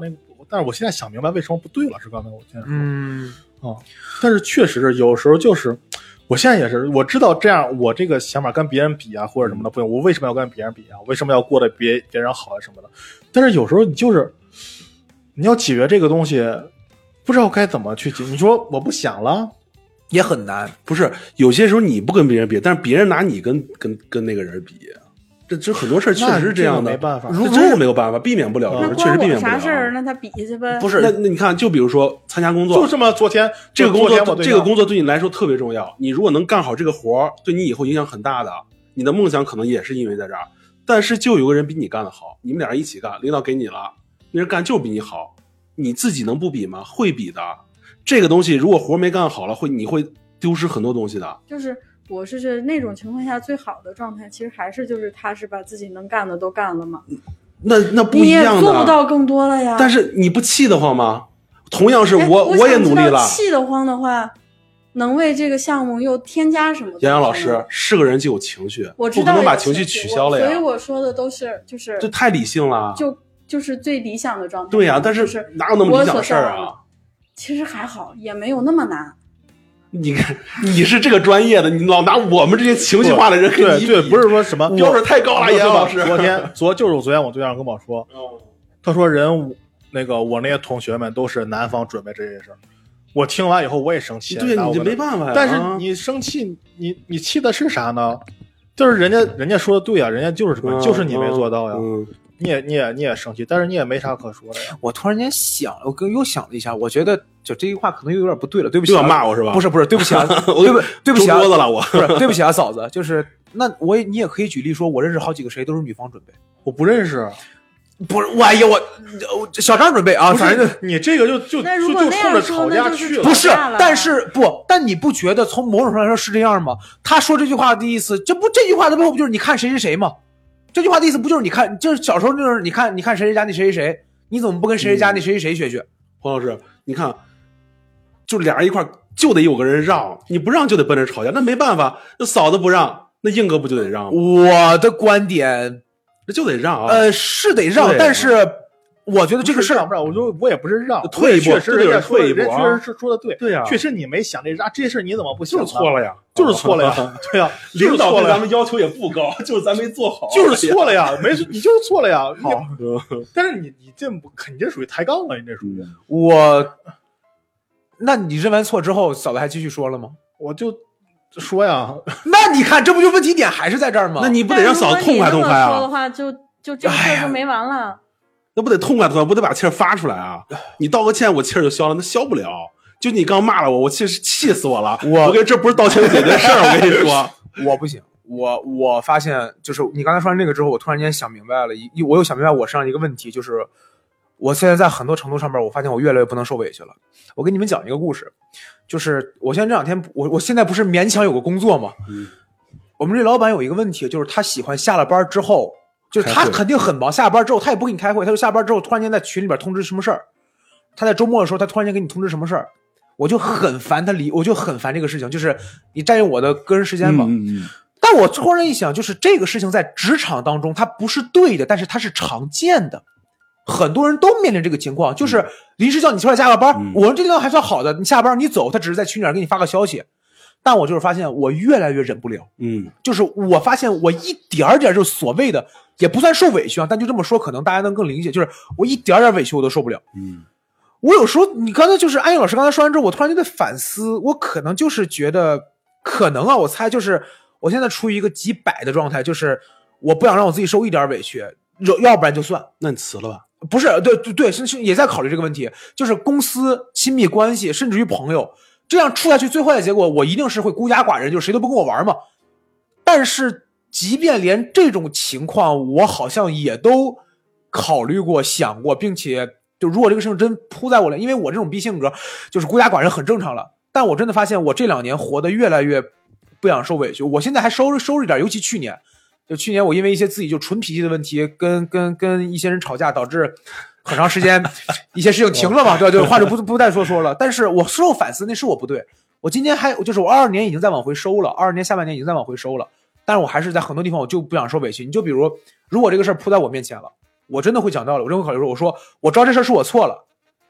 但是我现在想明白为什么不对了，是刚才我现在说， 嗯啊，但是确实是有时候就是，我现在也是，我知道这样我这个想法跟别人比啊或者什么的不用，我为什么要跟别人比啊？为什么要过得比别人好啊什么的？但是有时候你就是你要解决这个东西，不知道该怎么去解。你说我不想了。 也很难， 不是有些时候你不跟别人比，但是别人拿你跟跟跟那个人比，这这很多事儿确实是这样的， 没办法， 这真是没有办法，避免不了， 那确实避免不了。 啥事儿？那他比去呗。 不是，那那你看，就比如说参加工作， 就这么昨天这个工作， 这这个工作对你来说特别重要。你如果能干好这个活，对你以后影响很大的。你的梦想可能也是因为在这儿，但是就有个人比你干得好，你们俩人一起干，领导给你了，那人干就比你好，你自己能不比吗？会比的。这个东西如果活没干好了，会你会。丢失很多东西的， 就是我是觉得那种情况下最好的状态，其实还是就是他是把自己能干的都干了嘛。 那那不一样的， 你也做不到更多了呀。 但是你不气得慌吗？同样是我， 我我也努力了。 气得慌的话，能为这个项目又添加什么？ 杨洋老师是个人就有情绪， 我知道不可能把情绪取消了呀。 所以我说的都是就是这太理性了， 就就是最理想的状态。 对呀、啊，但是哪有那么理想的事儿啊？ 其实还好，也没有那么难。 你看，你是这个专业的，你老拿我们这些情绪化的人跟你比， 对对，不是说什么标准太高了，杨老师。 昨天昨就是我昨天我对象跟我说，他说人那个我那些同学们都是男方准备这些事儿，我听完以后我也生气。 对，你就没办法呀。 但是你生气，你你气的是啥呢？就是人家人家说的对啊，人家就是这个、嗯，就是你没做到呀。嗯你也你也你也生气，但是你也没啥可说的呀。 我突然间想，我跟又想了一下，我觉得就这句话可能又有点不对了，对不起、啊， 又要骂我是吧？ 不是不是，对不起啊，我对不对不起啊， 桌子了我， 不是对不起啊，嫂子，就是那我也你也可以举例说，我认识好几个谁都是女方准备， 我不认识， 不是，哎呀我小张准备啊，反正你这个就就那如果就冲着吵架去了， 不是，但是不，但你不觉得从某种程度来说是这样吗？他说这句话的意思，这不这句话的背后不就是你看谁是谁吗？这句话的意思不就是你看，就是小时候就是你看，你看谁谁家那谁谁谁，你怎么不跟谁谁家那谁谁谁学学？ 黄老师，你看，就俩人一块就得有个人让，你不让就得奔着吵架，那没办法，那嫂子不让，那硬哥不就得让吗？ 我的观点， 那就得让啊， 呃，是得让，但是我觉得这个事让不让，我说我也不是让， 退一步， 确实人家退一步， 人确实是说的对， 对呀， 确实你没想这啥，这些事你怎么不想？ 就是错了呀， 就是错了呀，对呀， 领导对咱们要求也不高，就是咱没做好， 就是错了呀，没你就是错了呀。 好， 但是你你这不，你这属于抬杠了，你这属于我。那你认完错之后，嫂子还继续说了吗？ 我就说呀， 那你看，这不就问题点还是在这儿吗？ 那你不得让嫂子痛快痛快啊？ 说的话就就这个事儿就没完了。哎、 那不得痛快痛快，不得把气儿发出来啊！你道个歉，我气儿就消了，那消不了。就你刚骂了我，我气气死我了。我我跟这不是道歉解决事儿，我跟你说， 我不行。我我发现，就是你刚才说完这个之后，我突然间想明白了，一我又想明白我身上一个问题，就是我现在在很多程度上面，我发现我越来越不能受委屈了。我跟你们讲一个故事，就是我现在这两天，我我现在不是勉强有个工作嘛， 嗯， 我们这老板有一个问题，就是他喜欢下了班之后，就是他肯定很忙，下班之后他也不给你开会，他就下班之后突然间在群里边通知什么事儿，他在周末的时候他突然间给你通知什么事儿，我就很烦他理，我就很烦这个事情，就是你占用我的个人时间嘛。 嗯嗯嗯。 但我突然一想，就是这个事情在职场当中它不是对的，但是它是常见的。很多人都面临这个情况，就是临时叫你出来加个班，嗯、我说这地方还算好的，你下班你走，他只是在群里给你发个消息。但我就是发现我越来越忍不了， 嗯， 就是我发现我一点点就所谓的也不算受委屈啊，但就这么说可能大家能更理解，就是我一点点委屈我都受不了， 嗯， 我有时候你刚才就是安逸老师刚才说完之后，我突然就在反思，我可能就是觉得可能啊，我猜就是我现在处于一个几百的状态，就是我不想让我自己受一点委屈，要不然就算， 那你辞了吧。 不是，对对对，是是也在考虑这个问题，就是公司、亲密关系，甚至于朋友，这样处下去，最坏的结果，我一定是会孤家寡人，就是谁都不跟我玩嘛。但是，即便连这种情况，我好像也都考虑过、想过，并且，就如果这个事情真扑在我了，因为我这种逼性格，就是孤家寡人很正常了。但我真的发现，我这两年活得越来越不想受委屈，我现在还收拾收拾一点，尤其去年。就去年我因为一些自己就纯脾气的问题，跟跟跟一些人吵架，导致很长时间一些事情停了嘛，对吧？就话就不不再说说了。但是我事后反思，那是我不对。我今年还就是我二二年已经在往回收了，二二年下半年已经在往回收了，但是我还是在很多地方我就不想受委屈。你就比如，如果这个事儿扑在我面前了，我真的会讲道理，我真的会考虑说，我说我知道这事儿是我错了，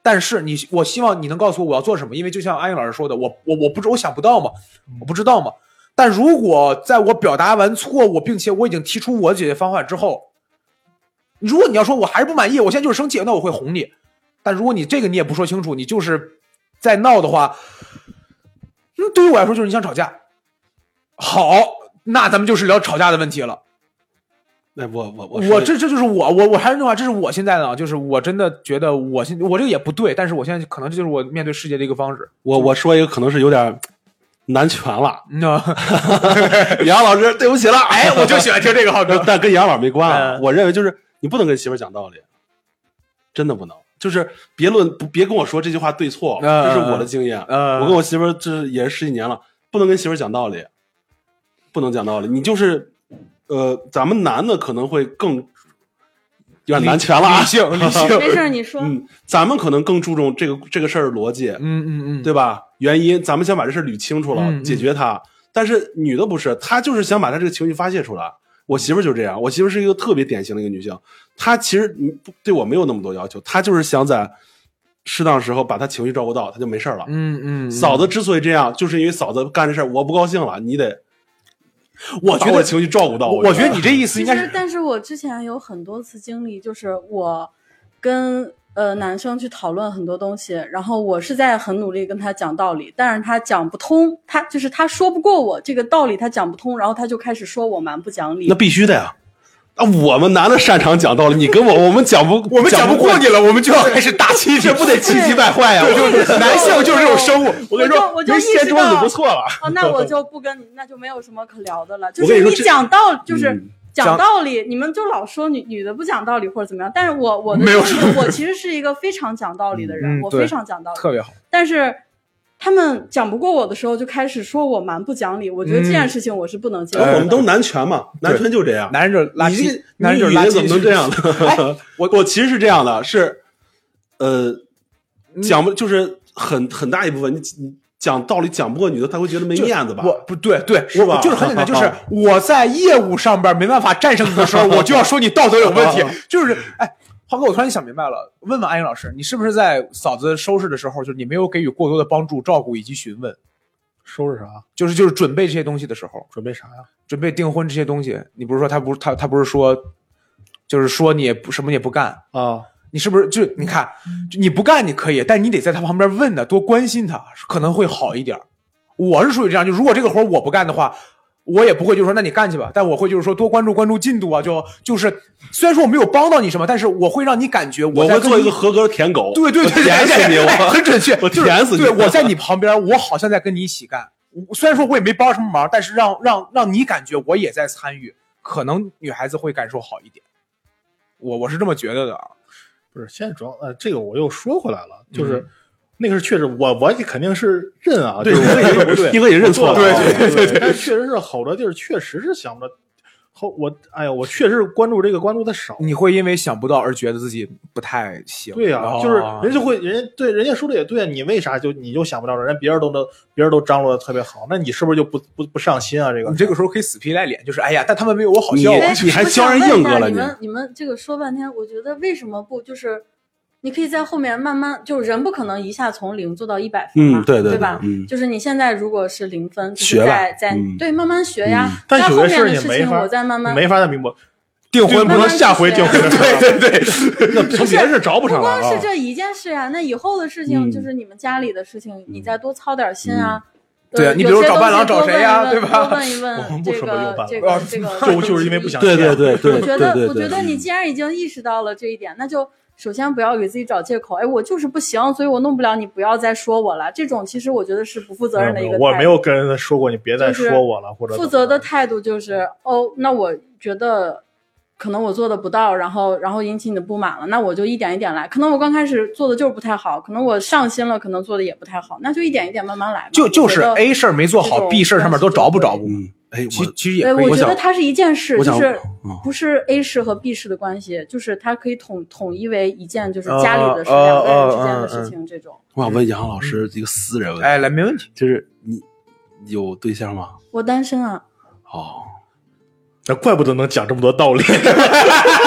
但是你我希望你能告诉我我要做什么，因为就像安英老师说的，我我我不知我想不到嘛，我不知道嘛。但如果在我表达完错误，并且我已经提出我的解决方法之后，如果你要说我还是不满意，我现在就是生气，那我会哄你。但如果你这个你也不说清楚，你就是在闹的话，嗯，对于我来说就是你想吵架。好，那咱们就是聊吵架的问题了。 那我我我我这这就是我我我还是那话，这是我现在的，就是我真的觉得我现我这个也不对，但是我现在可能这就是我面对世界的一个方式。 我我说一个可能是有点男权了， 嗯， 杨老师对不起了， 哎，我就喜欢听这个浩哥， 但跟杨老没关啊。 嗯我认为就是你不能跟媳妇儿讲道理，真的不能。就是别论不别跟我说这句话对错， 嗯这是我的经验。 嗯我跟我媳妇儿这也是十几年了，不能跟媳妇儿讲道理，不能讲道理。你就是呃，咱们男的可能会更有点男权了啊， 理性理性， 没事，你说。 嗯，咱们可能更注重这个这个事儿逻辑， 嗯嗯嗯， 对吧？原因咱们先把这事捋清楚了， 嗯嗯解决它。但是女的不是，她就是想把她这个情绪发泄出来。我媳妇儿就这样，我媳妇儿是一个特别典型的一个女性，她其实对我没有那么多要求，她就是想在适当时候把她情绪照顾到，她就没事了。 嗯嗯， 嫂子之所以这样，就是因为嫂子干这事儿我不高兴了，你得， 我觉得把我情绪照顾到。 我觉得你这意思应该是， 其实，但是我之前有很多次经历，就是我跟呃男生去讨论很多东西，然后我是在很努力跟他讲道理，但是他讲不通，他就是他说不过我这个道理，他讲不通，然后他就开始说我蛮不讲理。 那必须的呀。啊，我们男的擅长讲道理，你跟我我们讲不， 我们讲不过过你了，我们就要开始打气， 这不得气急败坏呀？ 对对对，男性就是这种生物。 我跟你说， 我就没掀桌子就不错了。 哦，那我就不跟你，那就没有什么可聊的了。就我跟你说这是你讲道理，就是嗯讲道理，你们就老说女女的不讲道理或者怎么样。但是我我的没有性格我其实是一个非常讲道理的人， 嗯对我非常讲道理， 特别好。 但是他们讲不过我的时候，就开始说我蛮不讲理。我觉得这件事情我是不能接受的。 我们都男权嘛，男权就这样。 男人就是垃你这圾，男人就是垃圾， 你怎么能这样呢？ 哎我我其实是这样的，是呃，讲不就是很很大一部分，你你讲道理讲不过女的，她会觉得没面子吧？ 我不对对， 是吧我就是很简单，就是我在业务上边没办法战胜你的时候，我就要说你道德有问题。就是哎，浩哥，我突然想明白了，问问安英老师，你是不是在嫂子收拾的时候，就是你没有给予过多的帮助、照顾以及询问？ 收拾啥？ 就是就是准备这些东西的时候， 准备啥呀？ 准备订婚这些东西，你不是说他不是他他不是说，就是说你也不什么也不干， 啊， 你是不是就你看，就你不干你可以，但你得在他旁边问他，多关心他，可能会好一点。我是属于这样，就如果这个活我不干的话，我也不会就是说那你干去吧，但我会就是说多关注关注进度啊，就就是虽然说我没有帮到你什么，但是我会让你感觉我会在跟你做一个合格的舔狗， 对对对对， 舔死你， 哎我很准确， 我就是舔死你。 对，我在你旁边，我好像在跟你一起干。虽然说我也没帮什么忙，但是让让让你感觉我也在参与，可能女孩子会感受好一点。我我是这么觉得的啊。 不是，现在主要呃，这个我又说回来了，就是、 嗯、 那个是确实，我我肯定是认啊， 对， 就是我也不对， 一哥也认错了， 对对对对，但确实是好多地儿确实是想着后我哎呀，我确实关注这个关注的少。 你会因为想不到而觉得自己不太行。 对呀、啊， 哦、 就是人家会，人家对人家说的也对，你为啥就你就想不到人家别人都能别人都张罗的特别好，那你是不是就不不不上心啊？这个你这个时候可以死皮赖脸，就是哎呀，但他们没有我好笑， 哎、 你还教人硬哥了你们你们这个说半天，我觉得为什么不就是？你可以在后面慢慢，就是人不可能一下从零做到一百分嘛， 嗯，对对对吧？ 嗯， 就是你现在如果是零分，就是在在、 嗯、 对慢慢学呀。 嗯、但有些事你没法， 我再慢慢没法再明白。 订婚不能下回订婚的时候， 对对对， 那从别人找不上来啊。不光是这一件事呀，那以后的事情就是你们家里的事情， 嗯、 你再多操点心啊。 嗯对啊，你比如找伴郎找谁呀，对吧？ 多问一问， 我们不这个这个这个， 就就是因为不想。 对对对对， 我觉得对我觉得你既然已经意识到了这一点，那就首先不要给自己找借口。哎，我就是不行，所以我弄不了，你不要再说我了。这种其实我觉得是不负责任的一个态度。 我没有跟人说过你别再说我了，或者负责的态度就是哦，那我觉得。可能我做的不到，然后然后引起你的不满了，那我就一点一点来。可能我刚开始做的就是不太好，可能我上心了，可能做的也不太好，那就一点一点慢慢来嘛。 就就是 A 事儿没做好 ，B 事儿上面都找补找补。 嗯，哎， 其其实也可以。对，我觉得它是一件事，就是不是 A 事和 B 事的关系，就是它可以统统一为一件，就是家里的事，两个人之间的事情这种。 我想问杨老师一个私人问题， 哎，来，没问题， 就是你有对象吗？ 我单身啊。 哦。 那怪不得能讲这么多道理。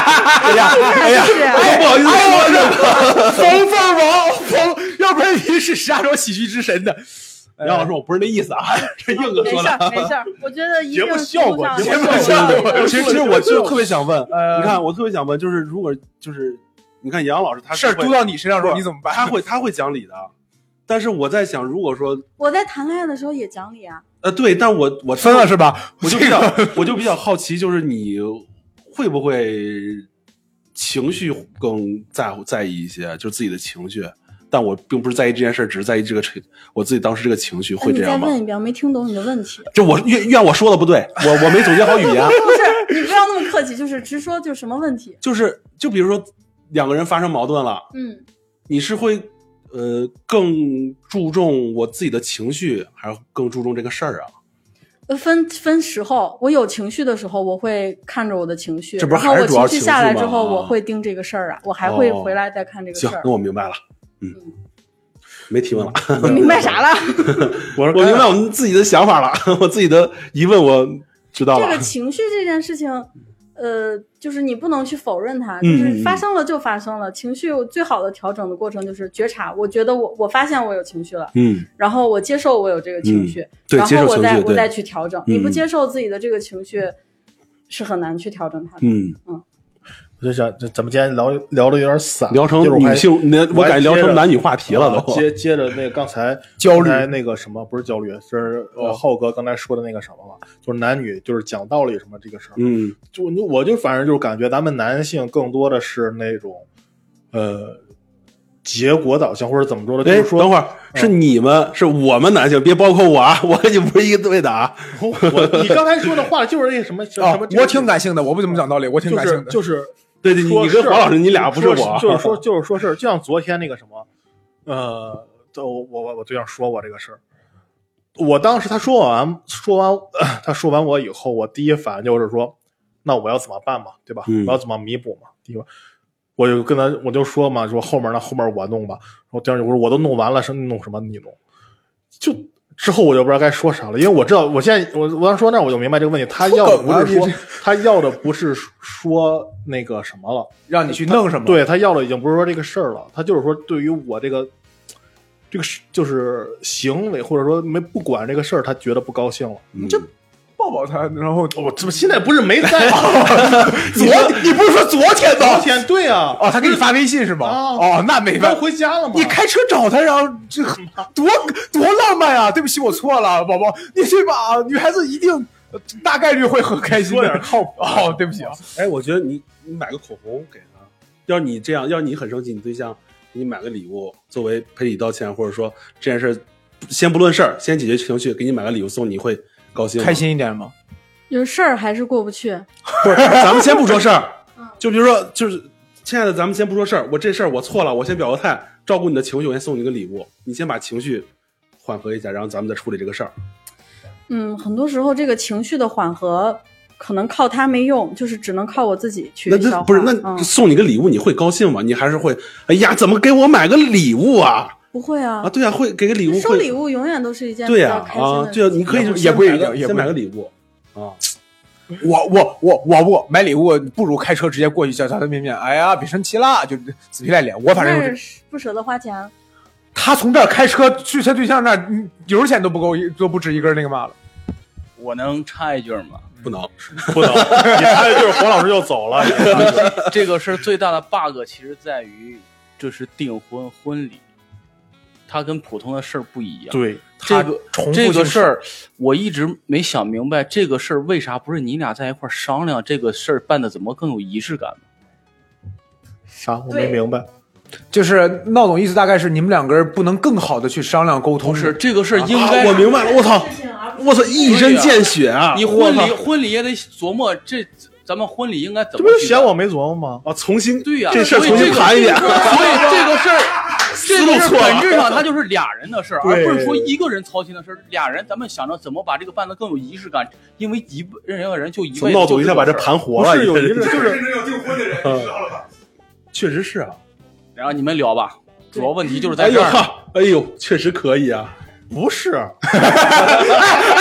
哎呀，哎呀，不好意思，我是冯凤王冯，要不然你是石家庄喜剧之神的。 杨老师，我不是那意思啊，这硬哥说的。 没事没事，我觉得一定节目效果， 节目效果。其实其实我就特别想问， 呃、 你看我特别想问，就是如果就是你看杨老师他事儿嘟到你身上说你怎么办？ 他会他会讲理的，但是我在想，如果说我在谈恋爱的时候也讲理啊。 呃，对，但我我分了是吧？ 我就比较我就比较好奇，就是你会不会情绪更在乎在意一些，就是自己的情绪。但我并不是在意这件事，只是在意这个我自己当时这个情绪会这样吗？ 你再问一遍，我没听懂你的问题。 就我怨怨我说的不对，我我没总结好语言。 不是，你不要那么客气，就是直说，就是什么问题？ 就是就比如说两个人发生矛盾了， 嗯， 你是会呃更注重我自己的情绪，还是更注重这个事儿啊？ 分分时候，我有情绪的时候，我会看着我的情绪， 这不是还是主要情绪下来之后，我会盯这个事儿啊，我还会回来再看这个事儿。 行，那我明白了。嗯，没提问了。 你明白啥了？ 我我明白我们自己的想法了，我自己的疑问我知道了。 这个情绪这件事情，呃，就是你不能去否认它，就是发生了就发生了。嗯、情绪最好的调整的过程就是觉察。我觉得我我发现我有情绪了，嗯，然后我接受我有这个情绪， 嗯、对， 然后我再我再去调整。你不接受自己的这个情绪，是很难去调整它的。 嗯嗯。 我就想，这咱们今天聊聊的有点散， 聊成女性，我感觉聊成男女话题了都。 接接着那个刚才焦虑， 那个什么不是焦虑，是呃浩哥刚才说的那个什么嘛，就是男女就是讲道理什么这个事儿。 嗯， 就我就反正就是感觉咱们男性更多的是那种呃结果导向或者怎么说的，就是说等会儿是你们是我们男性，别包括我啊，我跟你不是一个队的啊。 我你刚才说的话就是那个什么什么， 我挺感性的，我不怎么讲道理，我挺感性的， 就是。 对对，你跟黄老师，你俩不是我， 就是说，就是说事儿，就像昨天那个什么，呃，我我我对象说我这个事儿，我当时他说完说完、呃、他说完我以后，我第一反应就是说，那我要怎么办嘛，对吧？ 嗯、 我要怎么弥补嘛？第一个，我就跟他我就说嘛，说后面那后面我弄吧。然后第二我说我都弄完了，是弄什么你弄？就。之后我就不知道该说啥了，因为我知道我现在我我要说那我就明白这个问题，他要的不是说他要的不是说那个什么了， 让你去弄什么， 对他要的已经不是说这个事儿了，他就是说对于我这个这个就是行为或者说没不管这个事儿，他觉得不高兴了， 你就抱抱他，然后我这不现在不是没在昨你不是说昨天吗？ 昨天对啊， 哦，他给你发微信是吗？哦，那没办法， 回家了吗？ 你开车找他，然后这多多浪漫啊！对不起，我错了，宝宝，你这把女孩子一定大概率会很开心的， 靠谱哦，对不起啊。 哎，我觉得你你买个口红给他，要是你这样，要是你很生气，你对象给你买个礼物作为赔礼道歉，或者说这件事先不论事儿，先解决情绪，给你买个礼物送你会高兴开心一点吗？ 有事儿还是过不去？ 不是，咱们先不说事儿，就比如说，就是亲爱的，咱们先不说事儿，我这事儿我错了，我先表个态，照顾你的情绪，我先送你个礼物，你先把情绪缓和一下，然后咱们再处理这个事儿。 嗯，很多时候这个情绪的缓和可能靠他没用，就是只能靠我自己去消化。 那不是，那、嗯、送你个礼物你会高兴吗？你还是会，哎呀，怎么给我买个礼物啊？ 不会啊， 啊，对啊，会给个礼物， 收礼物永远都是一件对呀、 啊，啊， 对啊，你可以也不一定，先买个礼物啊。 我我我我不买礼物，不如开车直接过去叫他的面面。哎呀，别生气啦，就死皮赖脸。我反正是不舍得花钱。 他从这儿开车去他对象那儿，油钱都不够，都不止一根那个嘛了。 我能插一句吗？ 不能， 不能。你插一句，黄老师就走了。 这个事最大的 bug 其实在于，这是订婚婚礼。它跟普通的事儿不一样， 对这个这个事儿，我一直没想明白，这个事儿为啥不是你俩在一块儿商量这个事儿办的怎么更有仪式感呢？ 啥？我没明白。 就是闹总意思大概是你们两个人不能更好的去商量沟通。 不是这个事儿应该、 啊，我明白了。我操，我操，一针见血啊！ 你婚礼婚礼也得琢磨这。咱们婚礼应该怎么？ 这不是嫌我没琢磨吗？ 啊，重新对呀、啊， 这事儿重新谈一遍。 所以这个事儿，这个事儿本质上它就是俩人的事儿，而不是说一个人操心的事儿。俩人咱们想着怎么把这个办得更有仪式感，因为一任何人就一辈子闹总一下把这盘活了。 是有一个就是真正要订婚的人，你知道了吧？ 确实是啊。 然后你们聊吧，主要问题就是在这儿。 哎呦，哎呦，确实可以啊。 不是，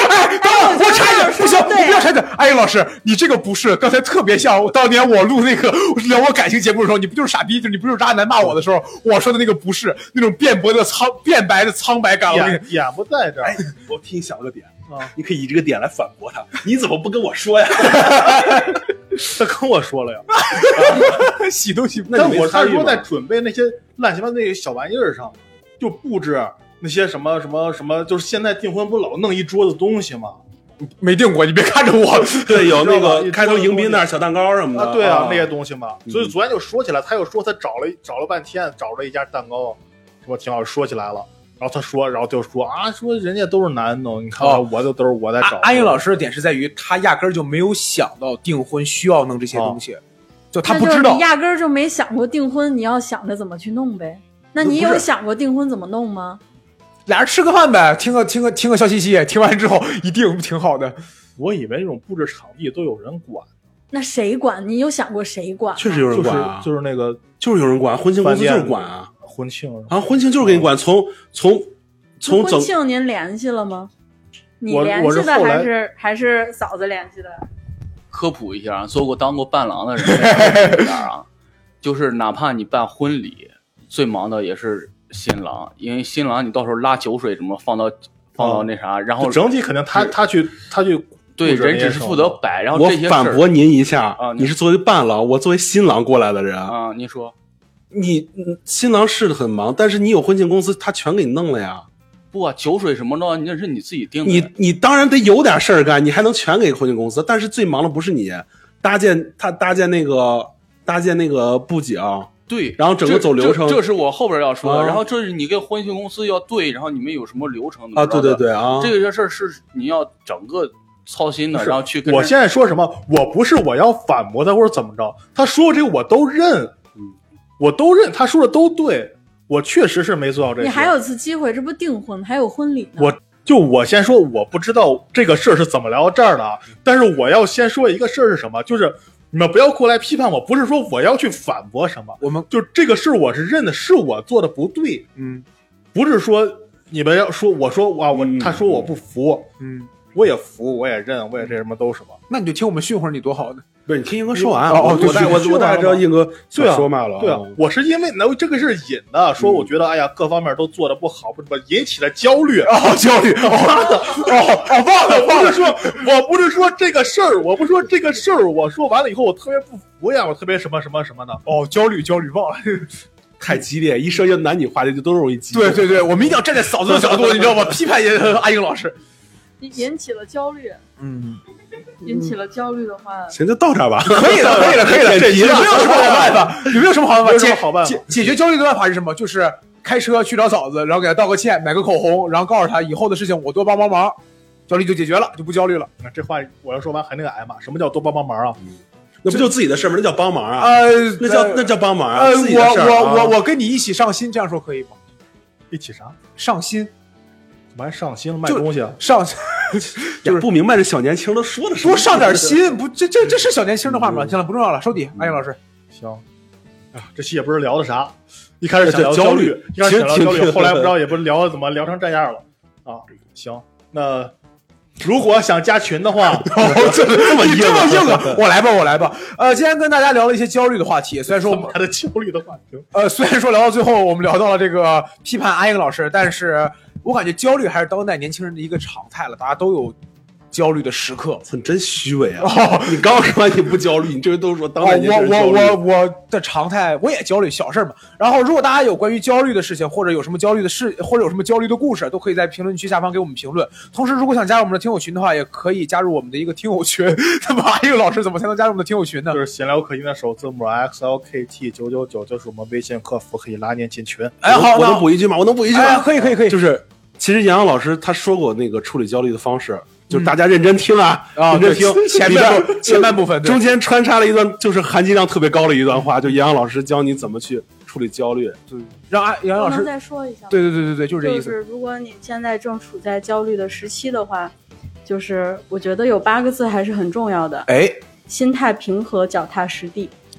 哎，等会儿我插一句，不行，你不要插一句。安英老师，你这个不是，刚才特别像当年我录那个聊我感情节目的时候，你不就是傻逼，就是你不就是渣男骂我的时候，我说的那个不是那种辩驳的苍辩白的苍白感。 眼眼不在这儿。 哎，我替你想了个点啊，你可以以这个点来反驳他。你怎么不跟我说呀？ 他跟我说了呀， 洗都洗不。 但我他说在准备那些乱七八糟那些小玩意儿上，就布置那些什么什么什么，就是现在订婚不老弄一桌子东西吗？ 没订过，你别看着我。 对，有那个开头迎宾那儿小蛋糕什么的。 啊，对啊，那些东西嘛。所以昨天就说起来，他又说他找了找了半天，找了一家蛋糕，说挺好，说起来了。然后他说，然后就说啊，说人家都是男的，你看我就都是我在找。 安英老师的点是在于，他压根儿就没有想到订婚需要弄这些东西，就他不知道， 你压根儿就没想过订婚，你要想着怎么去弄呗。那你有想过订婚怎么弄吗？ 俩人吃个饭呗，听个听个听个笑嘻嘻，听完之后一定挺好的。 我以为那种布置场地都有人管， 那谁管？你有想过谁管？ 确实有人管啊， 就是、就是那个就是有人管，婚庆公司就是管啊， 婚庆啊，婚庆就是给你管，从从从婚庆您联系了吗？你联系的还是还是嫂子联系的？ 科普一下，做过当过伴郎的人啊，就是哪怕你办婚礼，最忙的也是新郎，因为新郎你到时候拉酒水什么放到放到那啥， 哦、 然后整体肯定他他去他去对人只是负责摆，然后这些我反驳您一下啊， 你是作为伴郎，我作为新郎过来的人啊，您说， 你新郎是很忙，但是你有婚庆公司，他全给你弄了呀。 不啊，酒水什么的，那是你自己定的。 你你当然得有点事儿干，你还能全给婚庆公司，但是最忙的不是你，搭建他搭建那个搭建那个布景。 对， 然后整个走流程， 这, 这, 这是我后边要说的。 啊、 然后这是你跟婚庆公司要对，然后你们有什么流程啊？对对对啊， 这个事儿是你要整个操心的，然后去跟。 我现在说什么？我不是我要反驳他或者怎么着，他说这个我都认， 嗯， 我都认，他说的都对，我确实是没做到这些。 你还有次机会，这不订婚还有婚礼呢？ 我就我先说，我不知道这个事儿是怎么聊到这儿的，但是我要先说一个事儿是什么，就是。你们不要过来批判我，不是说我要去反驳什么， 我们就这个事我是认的，是我做的不对， 嗯， 不是说你们要说我说哇我、嗯、他说我不服， 嗯， 我也服，我也认，我也这什么都什么， 那你就听我们训会儿你多好呢？ 不是你听英哥说完， 哦， 我大我我大概知道英哥说嘛了， 对啊，我是因为那这个是引的，说我觉得、嗯、哎呀各方面都做的不好，不是引起了焦虑， 哦焦虑，哦哦哦忘了忘了说，我不是说这个事儿，我不说这个事儿，我说完了以后我特别不服呀，我特别什么什么什么的， 哦焦虑焦虑忘了。 太激烈，一涉及男女话题就都容易激烈。 对对对，我们一定要站在嫂子的角度，你知道吗？批判阿英老师， 引起了焦虑。 嗯， 引起了焦虑的话， 行，就到这儿吧。 可以了，可以了，可以了。这有没有什么好办法？有没有什么好办法？ 有什么好办法？ 解解决焦虑的办法是什么？就是开车去找嫂子，然后给她道个歉，买个口红，然后告诉她以后的事情我多帮帮忙，焦虑就解决了，就不焦虑了。 那这话我要说完，肯定挨骂。什么叫多帮帮忙啊？ 嗯那不就自己的事吗？那叫帮忙啊！ 呃， 那叫那叫帮忙啊！ 呃， 自己的事我我我我跟你一起上心，这样说可以吗？ 一起啥？ 上心？ 怎么还上心了？卖东西啊？ 上就是不明白这小年轻都说的什么？ 多上点心，不，这这这是小年轻的话吗？行了，不重要了，收底。安英老师， 行。啊，这期也不是聊的啥，一开始想聊焦虑，一开始想聊焦虑，后来不知道也不聊怎么聊成这样了啊。行，那。如果想加群的话， 哦、这这么硬啊！硬啊！我来吧，我来吧。呃，今天跟大家聊了一些焦虑的话题，虽然说我们他的焦虑的话题， 呃，虽然说聊到最后我们聊到了这个批判阿英老师，但是我感觉焦虑还是当代年轻人的一个常态了，大家都有焦虑的时刻。 你真虚伪啊！哦、你刚说完你不焦虑，你这都说当代年轻人焦虑。 我我我我的常态，我也焦虑小事嘛。然后，如果大家有关于焦虑的事情，或者有什么焦虑的事，或者有什么焦虑的故事，都可以在评论区下方给我们评论。同时，如果想加入我们的听友群的话，也可以加入我们的一个听友群。那么，阿英老师怎么才能加入我们的听友群呢？ 就是闲聊可音的首字母 X L K T 九九九，就是我们微信客服可以拉您进群。 哎，好， 我能补一句吗？我能补一句吗？ 哎、可以，可以，可以。 就是，其实杨洋老师他说过那个处理焦虑的方式。就是大家认真听啊， 啊、 认真听前面前半部分， 中间穿插了一段就是含金量特别高的一段话，就杨洋老师教你怎么去处理焦虑， 对，让杨洋老师再说一下。 对对对对对，就是这意思。 就是如果你现在正处在焦虑的时期的话，就是我觉得有八个字还是很重要的。 哎， 心态平和，脚踏实地。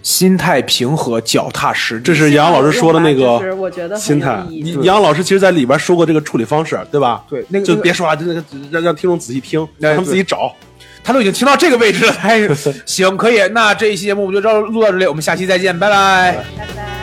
心态平和，脚踏实地。 这是杨老师说的那个就是我觉得很心态有意义。 杨老师其实在里边说过这个处理方式，对吧？ 对，那个就别说了，那个让让听众仔细听，让他们自己找。 他都已经听到这个位置了，还行，可以。那这一期节目我们就到录到这里，我们下期再见，拜拜。 拜拜。